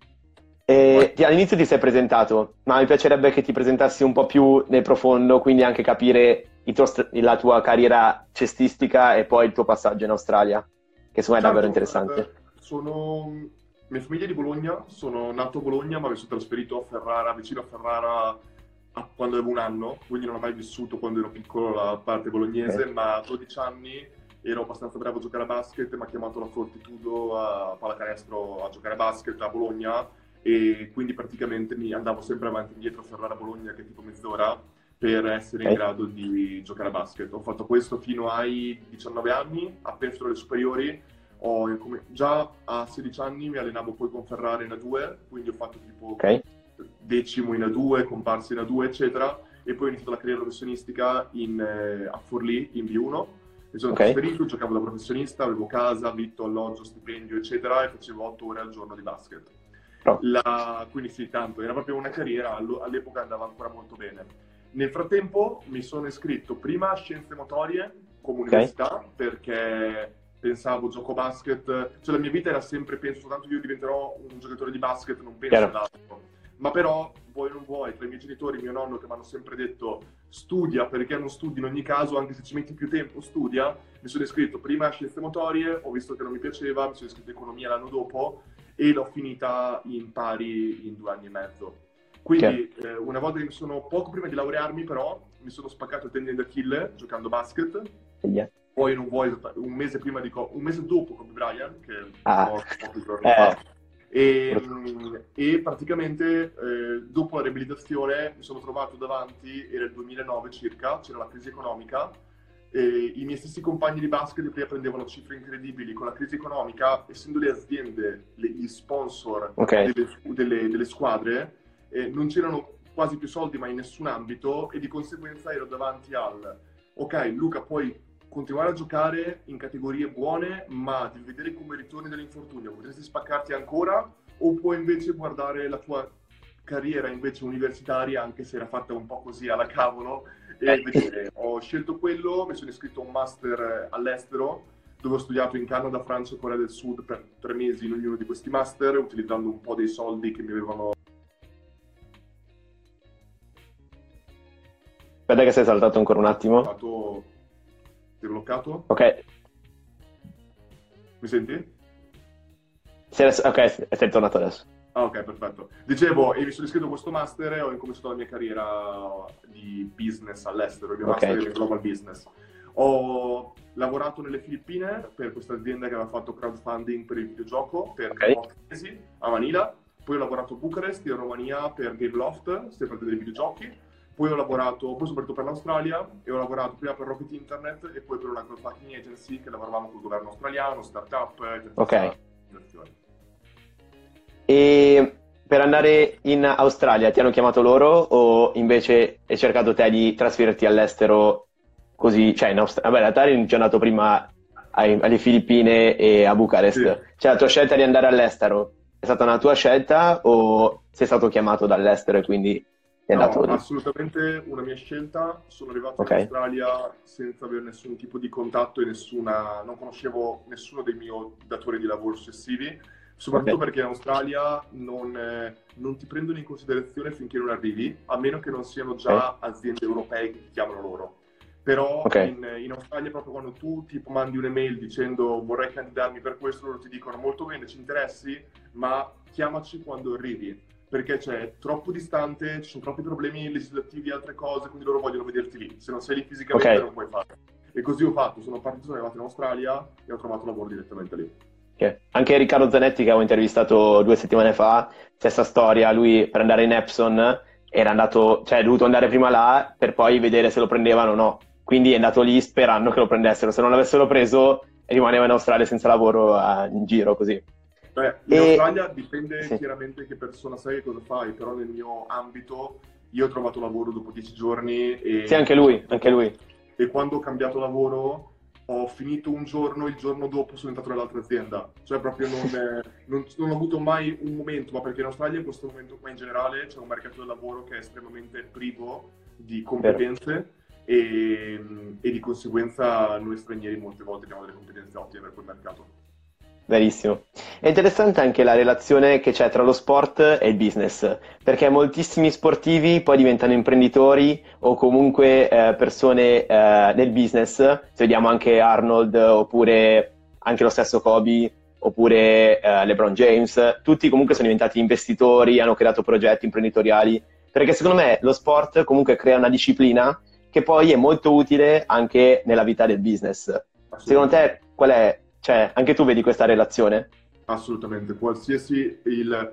E ti- all'inizio ti sei presentato, ma mi piacerebbe che ti presentassi un po' più nel profondo, quindi anche capire il tuo st- la tua carriera cestistica e poi il tuo passaggio in Australia, che secondo me è davvero interessante. eh, sono... Mia famiglia è di Bologna, sono nato a Bologna, ma mi sono trasferito a Ferrara, vicino a Ferrara, a- quando avevo un anno, quindi non ho mai vissuto quando ero piccolo la parte bolognese, Ok. ma a dodici anni ero abbastanza bravo a giocare a basket, mi ha chiamato la Fortitudo a pallacanestro a giocare a basket a Bologna e quindi praticamente mi andavo sempre avanti e indietro a Ferrara-Bologna, che è tipo mezz'ora, per essere in Ok. grado di giocare a basket. Ho fatto questo fino ai diciannove anni, appena finito le superiori. Ho, come, già a sedici anni mi allenavo poi con Ferrari in A due, quindi ho fatto tipo Ok. decimo in A due, comparsi in A due, eccetera, e poi ho iniziato la carriera professionistica in, eh, a Forlì in B uno. Mi sono Ok. trasferito, giocavo da professionista, avevo casa, vitto, alloggio, stipendio, eccetera, e facevo otto ore al giorno di basket. Pro. La- quindi sì, tanto, era proprio una carriera, allo- all'epoca andava ancora molto bene. Nel frattempo mi sono iscritto prima a Scienze Motorie come università, perché pensavo gioco basket, cioè la mia vita era sempre, penso soltanto io diventerò un giocatore di basket, non penso Chiaro. ad altro. Ma però, vuoi o non vuoi, tra i miei genitori e mio nonno che mi hanno sempre detto studia perché non studi in ogni caso, anche se ci metti più tempo, studia, mi sono iscritto prima a Scienze Motorie, ho visto che non mi piaceva, mi sono iscritto a Economia l'anno dopo e l'ho finita in pari in due anni e mezzo. Quindi eh, una volta che mi sono, poco prima di laurearmi però, mi sono spaccato il tendine d'Achille giocando a basket. Yeah. Poi non vuoi, un mese prima di Co- un mese dopo Kobe Bryant, che Ah. ho pochi giorni Eh. fa. E, e praticamente eh, dopo la riabilitazione mi sono trovato davanti, era il duemilanove circa, c'era la crisi economica, e i miei stessi compagni di basket prima prendevano cifre incredibili. Con la crisi economica, essendo le aziende le, gli sponsor Ok. delle, delle, delle squadre, eh, non c'erano quasi più soldi mai in nessun ambito e di conseguenza ero davanti al ok Luca, puoi continuare a giocare in categorie buone, ma devi vedere come ritorni dall'infortunio, potresti spaccarti ancora o puoi invece guardare la tua carriera invece universitaria, anche se era fatta un po' così alla cavolo, e vedere. Ho scelto quello, mi sono iscritto a un master all'estero, dove ho studiato in Canada, Francia e Corea del Sud per tre mesi in ognuno di questi master, utilizzando un po' dei soldi che mi avevano... Aspetta che sei saltato ancora un attimo. fatto... Ti ho bloccato? Ok. Mi senti? Sei adesso- ok, sei tornato adesso. Ah, ok, perfetto. Dicevo, e mi sono iscritto a questo master e ho incominciato la mia carriera di business all'estero, il mio Ok. master in global business. Ho lavorato nelle Filippine per questa azienda che aveva fatto crowdfunding per il videogioco per Ok. otto mesi a Manila. Poi ho lavorato a Bucarest, in Romania, per Gameloft, sempre dei videogiochi. Poi ho lavorato, poi sono partito per l'Australia e ho lavorato prima per Rocket Internet e poi per una crowdfunding agency che lavoravamo col governo australiano, start-up, Ok. organizzazioni. E per andare in Australia ti hanno chiamato loro o invece hai cercato te di trasferirti all'estero così? Cioè, in Aust- vabbè, in realtà eri già andato prima ai- alle Filippine e a Bucarest. Sì. Cioè, la tua scelta di andare all'estero è stata una tua scelta o sei stato chiamato dall'estero e quindi sei No, andato lì? assolutamente una mia scelta. Sono arrivato Ok. in Australia senza avere nessun tipo di contatto e nessuna, non conoscevo nessuno dei miei datori di lavoro successivi, soprattutto Ok. perché in Australia non, eh, non ti prendono in considerazione finché non arrivi, a meno che non siano già aziende europee che ti chiamano loro. Però Ok. in, in Australia, proprio quando tu tipo mandi un'email dicendo vorrei candidarmi per questo, loro ti dicono molto bene, ci interessi, ma chiamaci quando arrivi, perché c'è troppo distante, ci sono troppi problemi legislativi e altre cose, quindi loro vogliono vederti lì. Se non sei lì fisicamente Ok. non puoi farlo. E così ho fatto, sono partito, sono arrivato in Australia e ho trovato lavoro direttamente lì. Ok. Anche Riccardo Zanetti, che avevo intervistato due settimane fa, stessa storia, lui per andare in Epson era andato, cioè è dovuto andare prima là per poi vedere se lo prendevano o no. Quindi è andato lì sperando che lo prendessero. Se non l'avessero preso, rimaneva in Australia senza lavoro a- in giro così. Beh, in E Australia dipende sì, chiaramente che persona sei e cosa fai, però nel mio ambito io ho trovato lavoro dopo dieci giorni sì, e, anche lui, anche lui. e quando ho cambiato lavoro ho finito un giorno, il giorno dopo sono entrato nell'altra azienda. Cioè proprio non, eh, non- non ho avuto mai un momento, ma perché in Australia in questo momento, ma in generale, c'è un mercato del lavoro che è estremamente privo di Vero. competenze e, e di conseguenza noi stranieri molte volte abbiamo delle competenze ottime per quel mercato. Verissimo. È interessante anche la relazione che c'è tra lo sport e il business, perché moltissimi sportivi poi diventano imprenditori o comunque eh, persone eh, del business. Se vediamo anche Arnold, oppure anche lo stesso Kobe, oppure eh, LeBron James, tutti comunque sono diventati investitori, hanno creato progetti imprenditoriali, perché secondo me lo sport comunque crea una disciplina che poi è molto utile anche nella vita del business. Secondo Assolutamente. te qual è, cioè, anche tu vedi questa relazione? Assolutamente, qualsiasi il...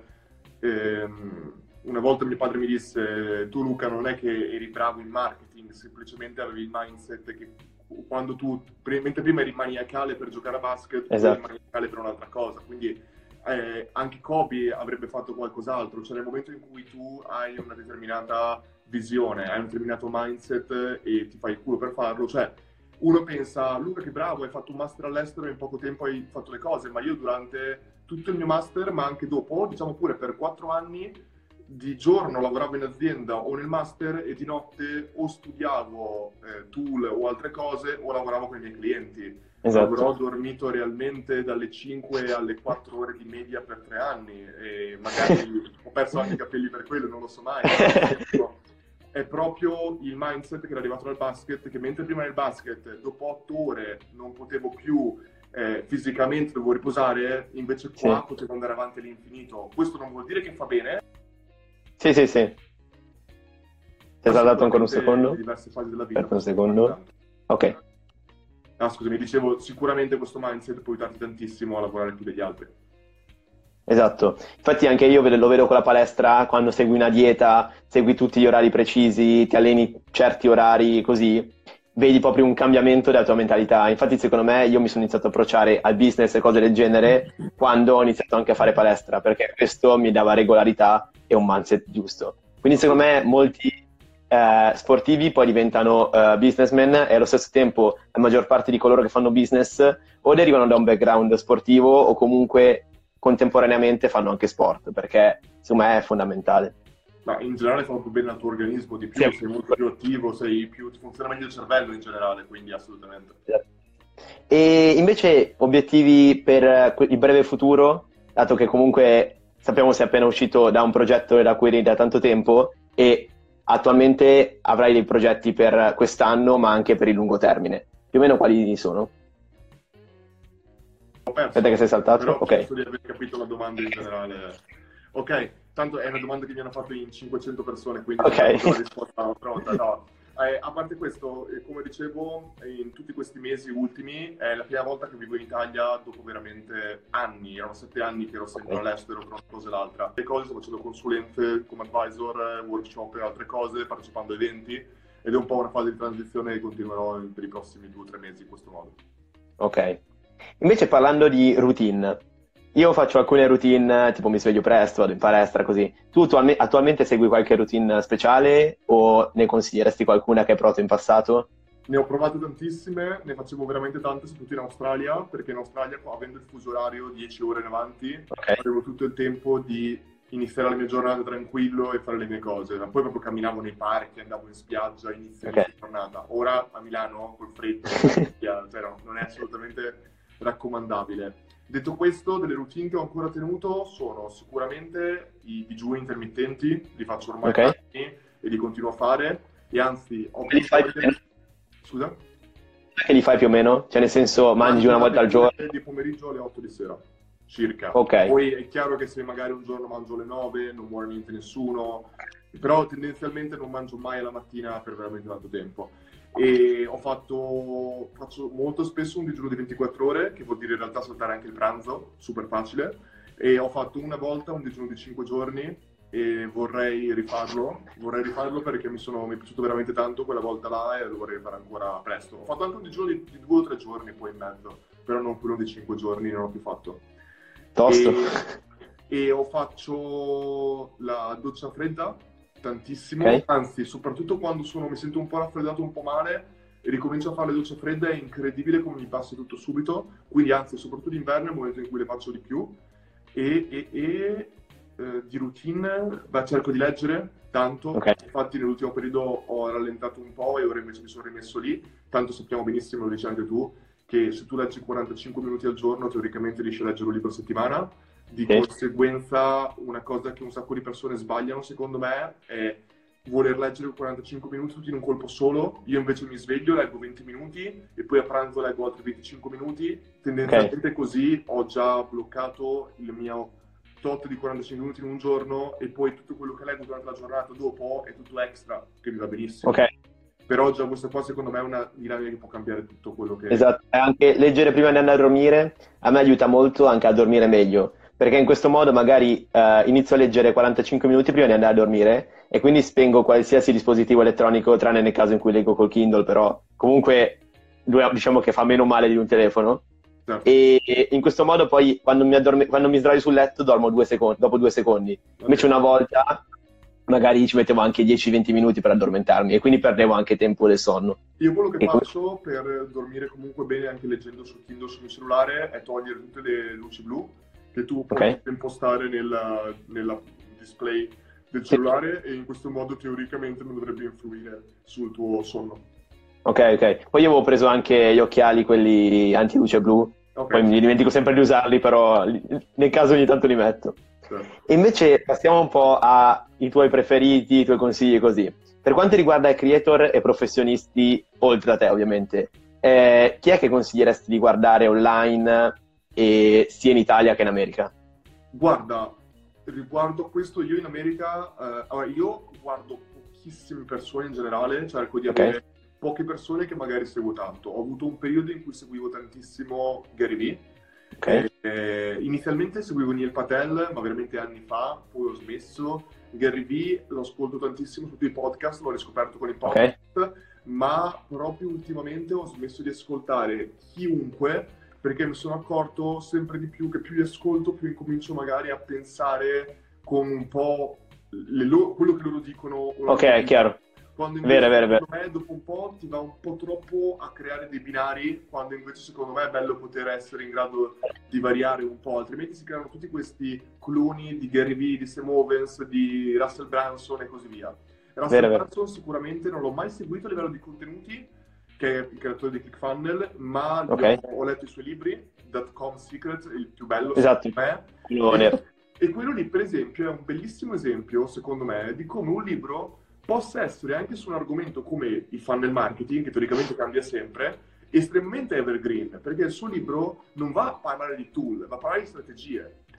ehm, una volta mio padre mi disse, tu Luca non è che eri bravo in marketing, semplicemente avevi il mindset che quando tu, pre- mentre prima eri maniacale per giocare a basket, poi eri Esatto. maniacale per un'altra cosa, quindi eh, anche Kobe avrebbe fatto qualcos'altro, cioè nel momento in cui tu hai una determinata visione, hai un determinato mindset e ti fai il culo per farlo, cioè uno pensa, Luca che bravo, hai fatto un master all'estero e in poco tempo hai fatto le cose, ma io durante tutto il mio master, ma anche dopo, diciamo pure per quattro anni, di giorno lavoravo in azienda o nel master e di notte o studiavo eh, tool o altre cose o lavoravo con i miei clienti. Avrò Esatto. dormito realmente dalle cinque alle quattro ore di media per tre anni e magari ho perso anche i capelli per quello, non lo so mai, però nel senso, è proprio il mindset che era arrivato dal basket, che mentre prima nel basket, dopo otto ore, non potevo più eh, fisicamente, dovevo riposare, invece qua Sì, potevo andare avanti all'infinito. Questo non vuol dire che fa bene, sì, sì, sì. Ti hai ma saltato ancora un sicuramente nelle secondo? diverse fasi della vita Aspetta un può aiutare secondo. tanto. Ok, Ah, scusami, dicevo, sicuramente questo mindset può aiutarti tantissimo a lavorare più degli altri. esatto. Infatti anche io vedo- lo vedo con la palestra, quando segui una dieta, segui tutti gli orari precisi, ti alleni certi orari così, vedi proprio un cambiamento della tua mentalità. Infatti secondo me io mi sono iniziato a approcciare al business e cose del genere quando ho iniziato anche a fare palestra, perché questo mi dava regolarità e un mindset giusto. Quindi secondo me molti eh, sportivi poi diventano eh, businessmen e allo stesso tempo la maggior parte di coloro che fanno business o derivano da un background sportivo o comunque contemporaneamente fanno anche sport, perché secondo me è fondamentale. Ma in generale fa più bene al tuo organismo, di più, Sì. sei molto più attivo, sei più, ti funziona meglio il cervello in generale, quindi assolutamente. E invece obiettivi per il breve futuro, dato che comunque sappiamo sei appena uscito da un progetto da cui eri da tanto tempo e attualmente avrai dei progetti per quest'anno ma anche per il lungo termine. Più o meno quali sono? Ho perso, Aspetta che sei saltato? però Ok. penso di aver capito la domanda in generale. Ok, tanto è una domanda che mi hanno fatto in cinquecento persone, quindi Ok. ho la risposta pronta. No. Eh, a parte questo, eh, come dicevo, in tutti questi mesi ultimi è la prima volta che vivo in Italia dopo veramente anni, erano sette anni che ero sempre all'estero tra una cosa e l'altra. Le cose, sto facendo consulenze come advisor, workshop e altre cose, partecipando a eventi, ed è un po' una fase di transizione che continuerò per i prossimi due o tre mesi in questo modo. Ok. Invece parlando di routine, io faccio alcune routine, tipo mi sveglio presto, vado in palestra, così. Tu attualme- attualmente segui qualche routine speciale o ne consiglieresti qualcuna che hai provato in passato? Ne ho provate tantissime, ne facevo veramente tante, soprattutto in Australia, perché in Australia, avendo il fuso orario dieci ore in avanti, Ok, avevo tutto il tempo di iniziare la mia giornata tranquillo e fare le mie cose. Ma poi proprio camminavo nei parchi, andavo in spiaggia, inizio ok. la giornata. Ora a Milano, col freddo, cioè no, non è assolutamente raccomandabile. Detto questo, delle routine che ho ancora tenuto sono sicuramente i digiuni intermittenti, li faccio ormai Ok. da anni e li continuo a fare, e anzi ho Che li più fai più o voglia... meno? Scusa? Che li fai più o meno? Cioè nel senso mangi Mangio una volta al dalle giorno? due di pomeriggio alle otto di sera, circa. Ok, Poi è chiaro che se magari un giorno mangio alle nove non muore niente nessuno, però tendenzialmente non mangio mai alla mattina per veramente tanto tempo. E ho fatto, faccio molto spesso un digiuno di ventiquattro ore, che vuol dire in realtà saltare anche il pranzo, super facile. E ho fatto una volta un digiuno di cinque giorni e vorrei rifarlo, vorrei rifarlo perché mi, sono, mi è piaciuto veramente tanto quella volta là e lo vorrei fare ancora presto. Ho fatto anche un digiuno di, di due o tre giorni poi in mezzo, però non quello di cinque giorni, non ho più fatto. tosto. E, e ho faccio la doccia fredda tantissimo, Ok, anzi soprattutto quando sono, mi sento un po' raffreddato, un po' male e ricomincio a fare le docce fredde, è incredibile come mi passa tutto subito, quindi anzi soprattutto d'inverno è il momento in cui le faccio di più. E, e, e eh, di routine, beh, cerco di leggere tanto, ok. infatti nell'ultimo periodo ho rallentato un po' e ora invece mi sono rimesso lì, tanto sappiamo benissimo, lo dici anche tu, che se tu leggi quarantacinque minuti al giorno teoricamente riesci a leggere un libro a settimana, di Sì. conseguenza una cosa che un sacco di persone sbagliano secondo me è voler leggere quarantacinque minuti tutti in un colpo solo. Io invece mi sveglio, leggo venti minuti e poi a pranzo leggo altri venticinque minuti, tendenzialmente così ho già bloccato il mio tot di quarantacinque minuti in un giorno e poi tutto quello che leggo durante la giornata dopo è tutto extra, che mi va benissimo. Ok, Però già questa qua secondo me è una dinamica che può cambiare tutto quello che... esatto. E anche leggere prima di andare a dormire a me aiuta molto anche a dormire meglio, perché in questo modo magari eh, inizio a leggere quarantacinque minuti prima di andare a dormire e quindi spengo qualsiasi dispositivo elettronico, tranne nel caso in cui leggo col Kindle, però comunque lui- diciamo che fa meno male di un telefono. Certo. E in questo modo poi quando mi, addorme- quando mi sdraio sul letto dormo due secondi, dopo due secondi. Invece una volta magari ci mettevo anche dieci venti minuti per addormentarmi e quindi perdevo anche tempo del sonno. Io quello che E que- faccio per dormire comunque bene anche leggendo sul Kindle sul mio cellulare è togliere tutte le luci blu che tu puoi Ok. impostare nella, nella display del cellulare e in questo modo teoricamente non dovrebbe influire sul tuo sonno. Ok, ok. Poi io avevo preso anche gli occhiali, quelli anti-luce blu, Ok, poi mi dimentico sempre di usarli, però li- nel caso ogni tanto li metto. certo. E invece passiamo un po' ai tuoi preferiti, i tuoi consigli così. Per quanto riguarda i creator e professionisti, oltre a te ovviamente, eh, chi è che consiglieresti di guardare online, eh, sia in Italia che in America? Guarda, riguardo a questo io in America, eh, allora, io guardo pochissime persone in generale, cerco di Ok. avere poche persone che magari seguo tanto. Ho avuto un periodo in cui seguivo tantissimo Gary Vee. Ok. Eh, eh, inizialmente seguivo Neil Patel, ma veramente anni fa, poi ho smesso. Gary Vee lo ascolto tantissimo su tutti i podcast, l'ho riscoperto con i podcast, ma proprio ultimamente ho smesso di ascoltare chiunque, perché mi sono accorto sempre di più che più li ascolto, più incomincio magari a pensare con un po' le lo- quello che loro dicono. o la Ok, loro è chiaro. Quando invece, Vero, vero, vero. secondo me, dopo un po' ti va un po' troppo a creare dei binari, quando invece secondo me è bello poter essere in grado di variare un po', altrimenti si creano tutti questi cloni di Gary Vee, di Sam Owens, di Russell Brunson e così via. Russell Vero, vero. Brunson sicuramente non l'ho mai seguito a livello di contenuti, che è il creatore di ClickFunnels, ma gli Ok. ho, ho letto i suoi libri, Dot Com Secret, il più bello Esatto. secondo me. Quello nero. E quello lì, per esempio, è un bellissimo esempio, secondo me, di come un libro possa essere anche su un argomento come il funnel marketing, che teoricamente cambia sempre, estremamente evergreen, perché il suo libro non va a parlare di tool, va a parlare di strategie.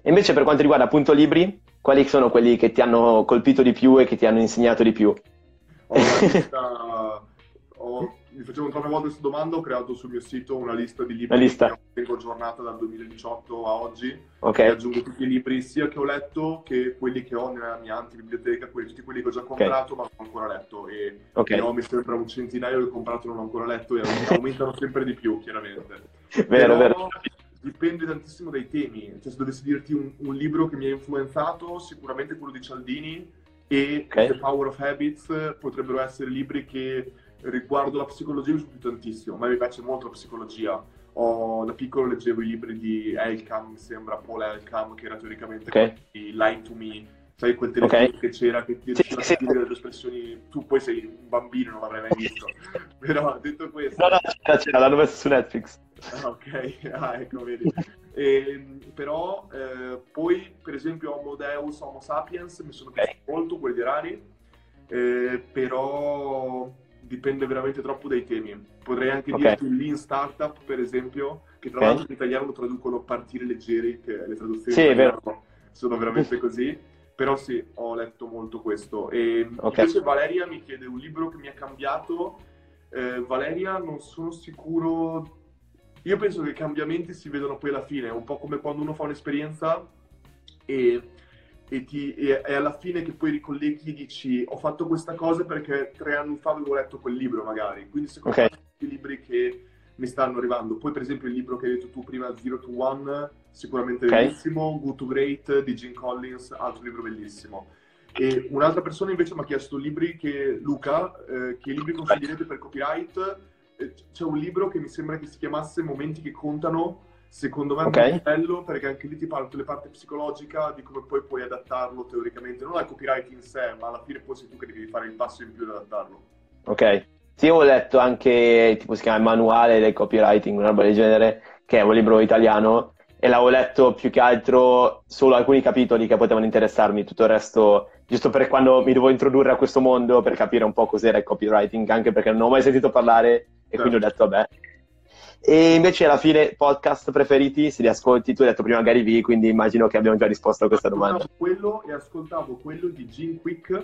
E invece per quanto riguarda appunto libri, quali sono quelli che ti hanno colpito di più e che ti hanno insegnato di più? Ho una lista, ho, mi facevo troppe volte questa domanda, ho creato sul mio sito una lista di libri Una lista. che tengo aggiornata dal duemiladiciotto a oggi. Ok. E aggiungo tutti i libri sia che ho letto che quelli che ho nella mia antibiblioteca, quelli, tutti quelli che ho già comprato ma non ho ancora letto. E Ok. ne ho mi sembra un centinaio che ho comprato e non ho ancora letto e aumentano sempre di più, chiaramente. Vero, Però vero. dipende tantissimo dai temi. Cioè, se dovessi dirti un, un libro che mi ha influenzato, sicuramente quello di Cialdini e Ok. The Power of Habits potrebbero essere libri che riguardo la psicologia mi sono più tantissimo. A me mi piace molto la psicologia. Ho, da piccolo leggevo i libri di Elkham, mi sembra Paul Elkham, che era teoricamente Ok. di Lie to Me, sai quel telefilm Ok. che c'era che ti Sì, riusciva sì, a dire sì. delle espressioni. Tu poi sei un bambino, non l'avrai mai visto. Però detto questo, No, no, c'era, c'era, l'hanno messo su Netflix. ah, ok, ah, ecco, vedi. E, però eh, poi, per esempio, Homo Deus, Homo Sapiens, mi sono piaciuti molto quelli rari, eh, però dipende veramente troppo dai temi. Potrei anche Ok. dirti il Lean Startup, per esempio, che tra Ok. l'altro in italiano lo traducono partire leggeri, che le traduzioni Sì, in è vero. italiano sono veramente così. Però sì, ho letto molto questo. E Ok. invece Valeria mi chiede un libro che mi ha cambiato. Eh, Valeria, non sono sicuro. Io penso che i cambiamenti si vedono poi alla fine, è un po' come quando uno fa un'esperienza e, e, ti, e, e alla fine che poi ricolleghi e dici ho fatto questa cosa perché tre anni fa avevo letto quel libro magari, quindi secondo Ok. me sono tutti i libri che mi stanno arrivando. Poi per esempio il libro che hai detto tu prima, Zero to One, sicuramente Ok. bellissimo, Good to Great di Jim Collins, altro libro bellissimo. E un'altra persona invece mi ha chiesto libri che, Luca, eh, che libri consiglierebbe per copyright. C'è un libro che mi sembra che si chiamasse Momenti che contano, secondo me è Ok. molto bello perché anche lì ti parla delle parti psicologica, di come poi puoi adattarlo teoricamente, non al copyright in sé, ma alla fine poi sei tu che devi fare il passo in più ad adattarlo. Ok. Sì, io ho letto anche, tipo si chiama il manuale del copywriting, una roba del genere, che è un libro italiano, e l'avevo letto più che altro solo alcuni capitoli che potevano interessarmi, tutto il resto, giusto per quando mi dovevo introdurre a questo mondo, per capire un po' cos'era il copywriting, anche perché non ho mai sentito parlare, e quindi ho detto, vabbè. E invece alla fine, podcast preferiti, se li ascolti, tu hai detto prima Gary Vee, quindi immagino che abbiamo già risposto a questa domanda. Ascoltavo quello e ascoltavo quello di Jim Quick,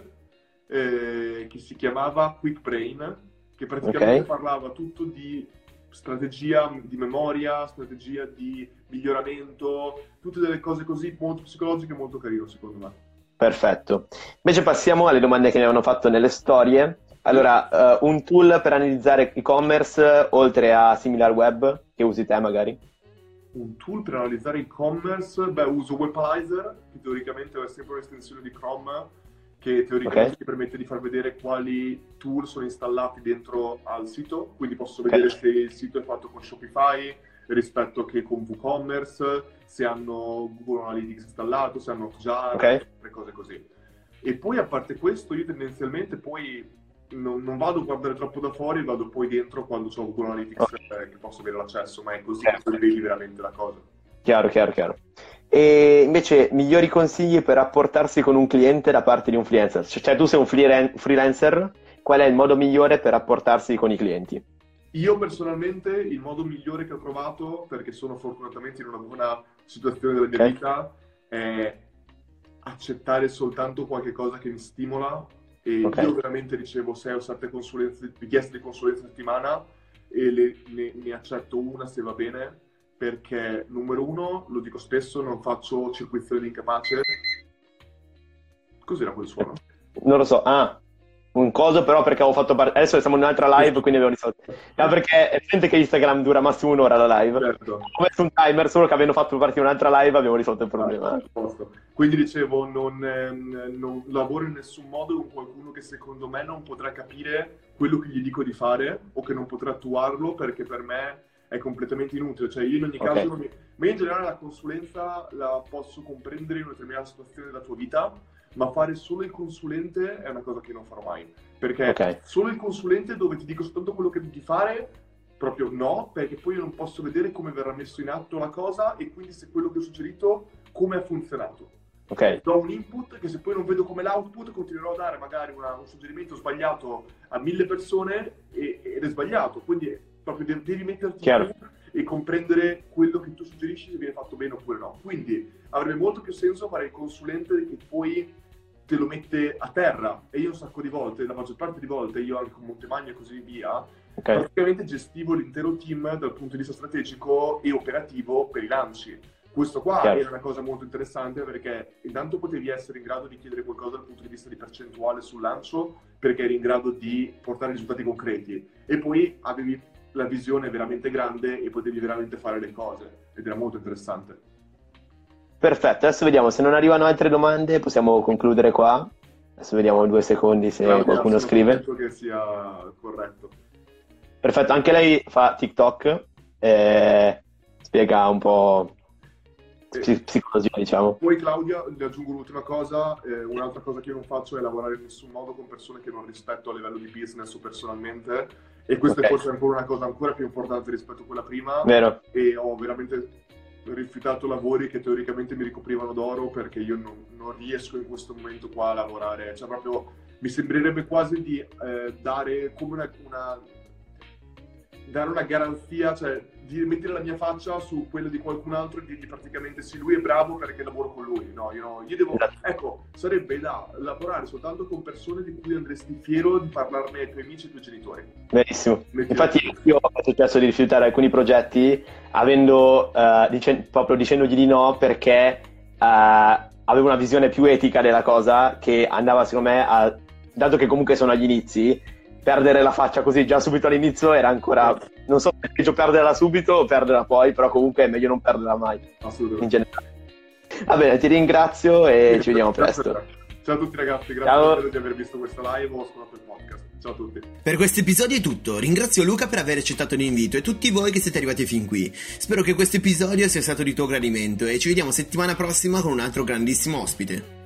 eh, che si chiamava Quick Brain, che praticamente Ok. parlava tutto di strategia di memoria, strategia di miglioramento, tutte delle cose così molto psicologiche, molto carino secondo me. Perfetto. Invece passiamo alle domande che mi avevano fatto nelle storie. Allora, uh, un tool per analizzare e-commerce oltre a SimilarWeb che usi te magari? Un tool per analizzare e-commerce, beh, uso Webalizer, che teoricamente è sempre un'estensione di Chrome, che teoricamente Ok. ti permette di far vedere quali tool sono installati dentro al sito, quindi posso Ok. vedere se il sito è fatto con Shopify rispetto che con WooCommerce, se hanno Google Analytics installato, se hanno Hotjar, Ok. le cose così. E poi a parte questo io tendenzialmente poi non, non vado a guardare troppo da fuori, vado poi dentro quando ho Google Analytics Ok. eh, che posso avere l'accesso, ma è così Certo. che poi vedi veramente la cosa. Chiaro, chiaro, chiaro. E invece, migliori consigli per rapportarsi con un cliente da parte di un freelancer? Cioè, tu sei un freelan- freelancer, qual è il modo migliore per rapportarsi con i clienti? Io personalmente il modo migliore che ho trovato, perché sono fortunatamente in una buona situazione della mia Ok. vita, è accettare soltanto qualche cosa che mi stimola. E Ok. io veramente ricevo sei o sette consulenze, richieste di consulenza a settimana e le- ne, ne accetto una se va bene, perché numero uno, lo dico spesso, non faccio circuizione di incapace. Cos'era quel suono? Non lo so. Ah, un coso però perché avevo fatto parte... Adesso siamo in un'altra live, quindi abbiamo risolto. No, perché è presente che Instagram dura massimo un'ora la live. Certo. Ho messo un timer, solo che avendo fatto partire un'altra live abbiamo risolto il problema. Ah, posto. Quindi dicevo, non, ehm, non lavoro in nessun modo con qualcuno che secondo me non potrà capire quello che gli dico di fare o che non potrà attuarlo perché per me è completamente inutile. Cioè io in ogni caso, Ok. non mi... ma in generale la consulenza la posso comprendere in una determinata situazione della tua vita, ma fare solo il consulente è una cosa che non farò mai. Perché Ok. solo il consulente dove ti dico soltanto quello che devi fare, proprio no, perché poi io non posso vedere come verrà messo in atto la cosa e quindi se quello che ho suggerito come ha funzionato. Ok. Do un input che se poi non vedo come l'output continuerò a dare magari una, un suggerimento sbagliato a mille persone e, ed è sbagliato, quindi proprio de- devi metterti Chiaro. tu e comprendere quello che tu suggerisci se viene fatto bene oppure no. Quindi avrebbe molto più senso fare il consulente che poi te lo mette a terra, e io un sacco di volte, la maggior parte di volte, io anche con Montemagno e così via, okay, praticamente gestivo l'intero team dal punto di vista strategico e operativo per i lanci. Questo qua Chiaro. Era una cosa molto interessante, perché intanto potevi essere in grado di chiedere qualcosa dal punto di vista di percentuale sul lancio, perché eri in grado di portare risultati concreti, e poi avevi la visione veramente grande e potevi veramente fare le cose, ed era molto interessante. Perfetto, adesso vediamo, se non arrivano altre domande possiamo concludere qua. Adesso vediamo due secondi se Claudia, qualcuno scrive. Penso che sia corretto. Perfetto, anche lei fa TikTok, eh, spiega un po' eh, psicologia, diciamo. Poi Claudia, le aggiungo l'ultima cosa, eh, un'altra cosa che io non faccio è lavorare in nessun modo con persone che non rispetto a livello di business o personalmente, e questa okay. è forse ancora una cosa ancora più importante rispetto a quella prima. Vero. E ho veramente rifiutato lavori che teoricamente mi ricoprivano d'oro, perché io non, non riesco in questo momento qua a lavorare, cioè proprio mi sembrerebbe quasi di eh, dare come una, una dare una garanzia, cioè di mettere la mia faccia su quella di qualcun altro e dirgli praticamente sì, lui è bravo perché lavoro con lui. No, io, no, io devo, ecco, sarebbe da lavorare soltanto con persone di cui andresti fiero di parlarne ai tuoi amici e ai tuoi genitori. Benissimo. Metti Infatti io ho successo di rifiutare alcuni progetti avendo uh, dice, proprio dicendogli di no, perché uh, avevo una visione più etica della cosa, che andava secondo me a, dato che comunque sono agli inizi, perdere la faccia così già subito all'inizio era ancora, non so se è meglio perderla subito o perderla poi, però comunque è meglio non perderla mai. Assolutamente. In generale. Va bene, ti ringrazio e ci vediamo presto. Ciao a tutti ragazzi, grazie di aver visto questa live o ascoltato il podcast. Ciao a tutti. Per questo episodio è tutto, ringrazio Luca per aver accettato l'invito e tutti voi che siete arrivati fin qui. Spero che questo episodio sia stato di tuo gradimento e ci vediamo settimana prossima con un altro grandissimo ospite.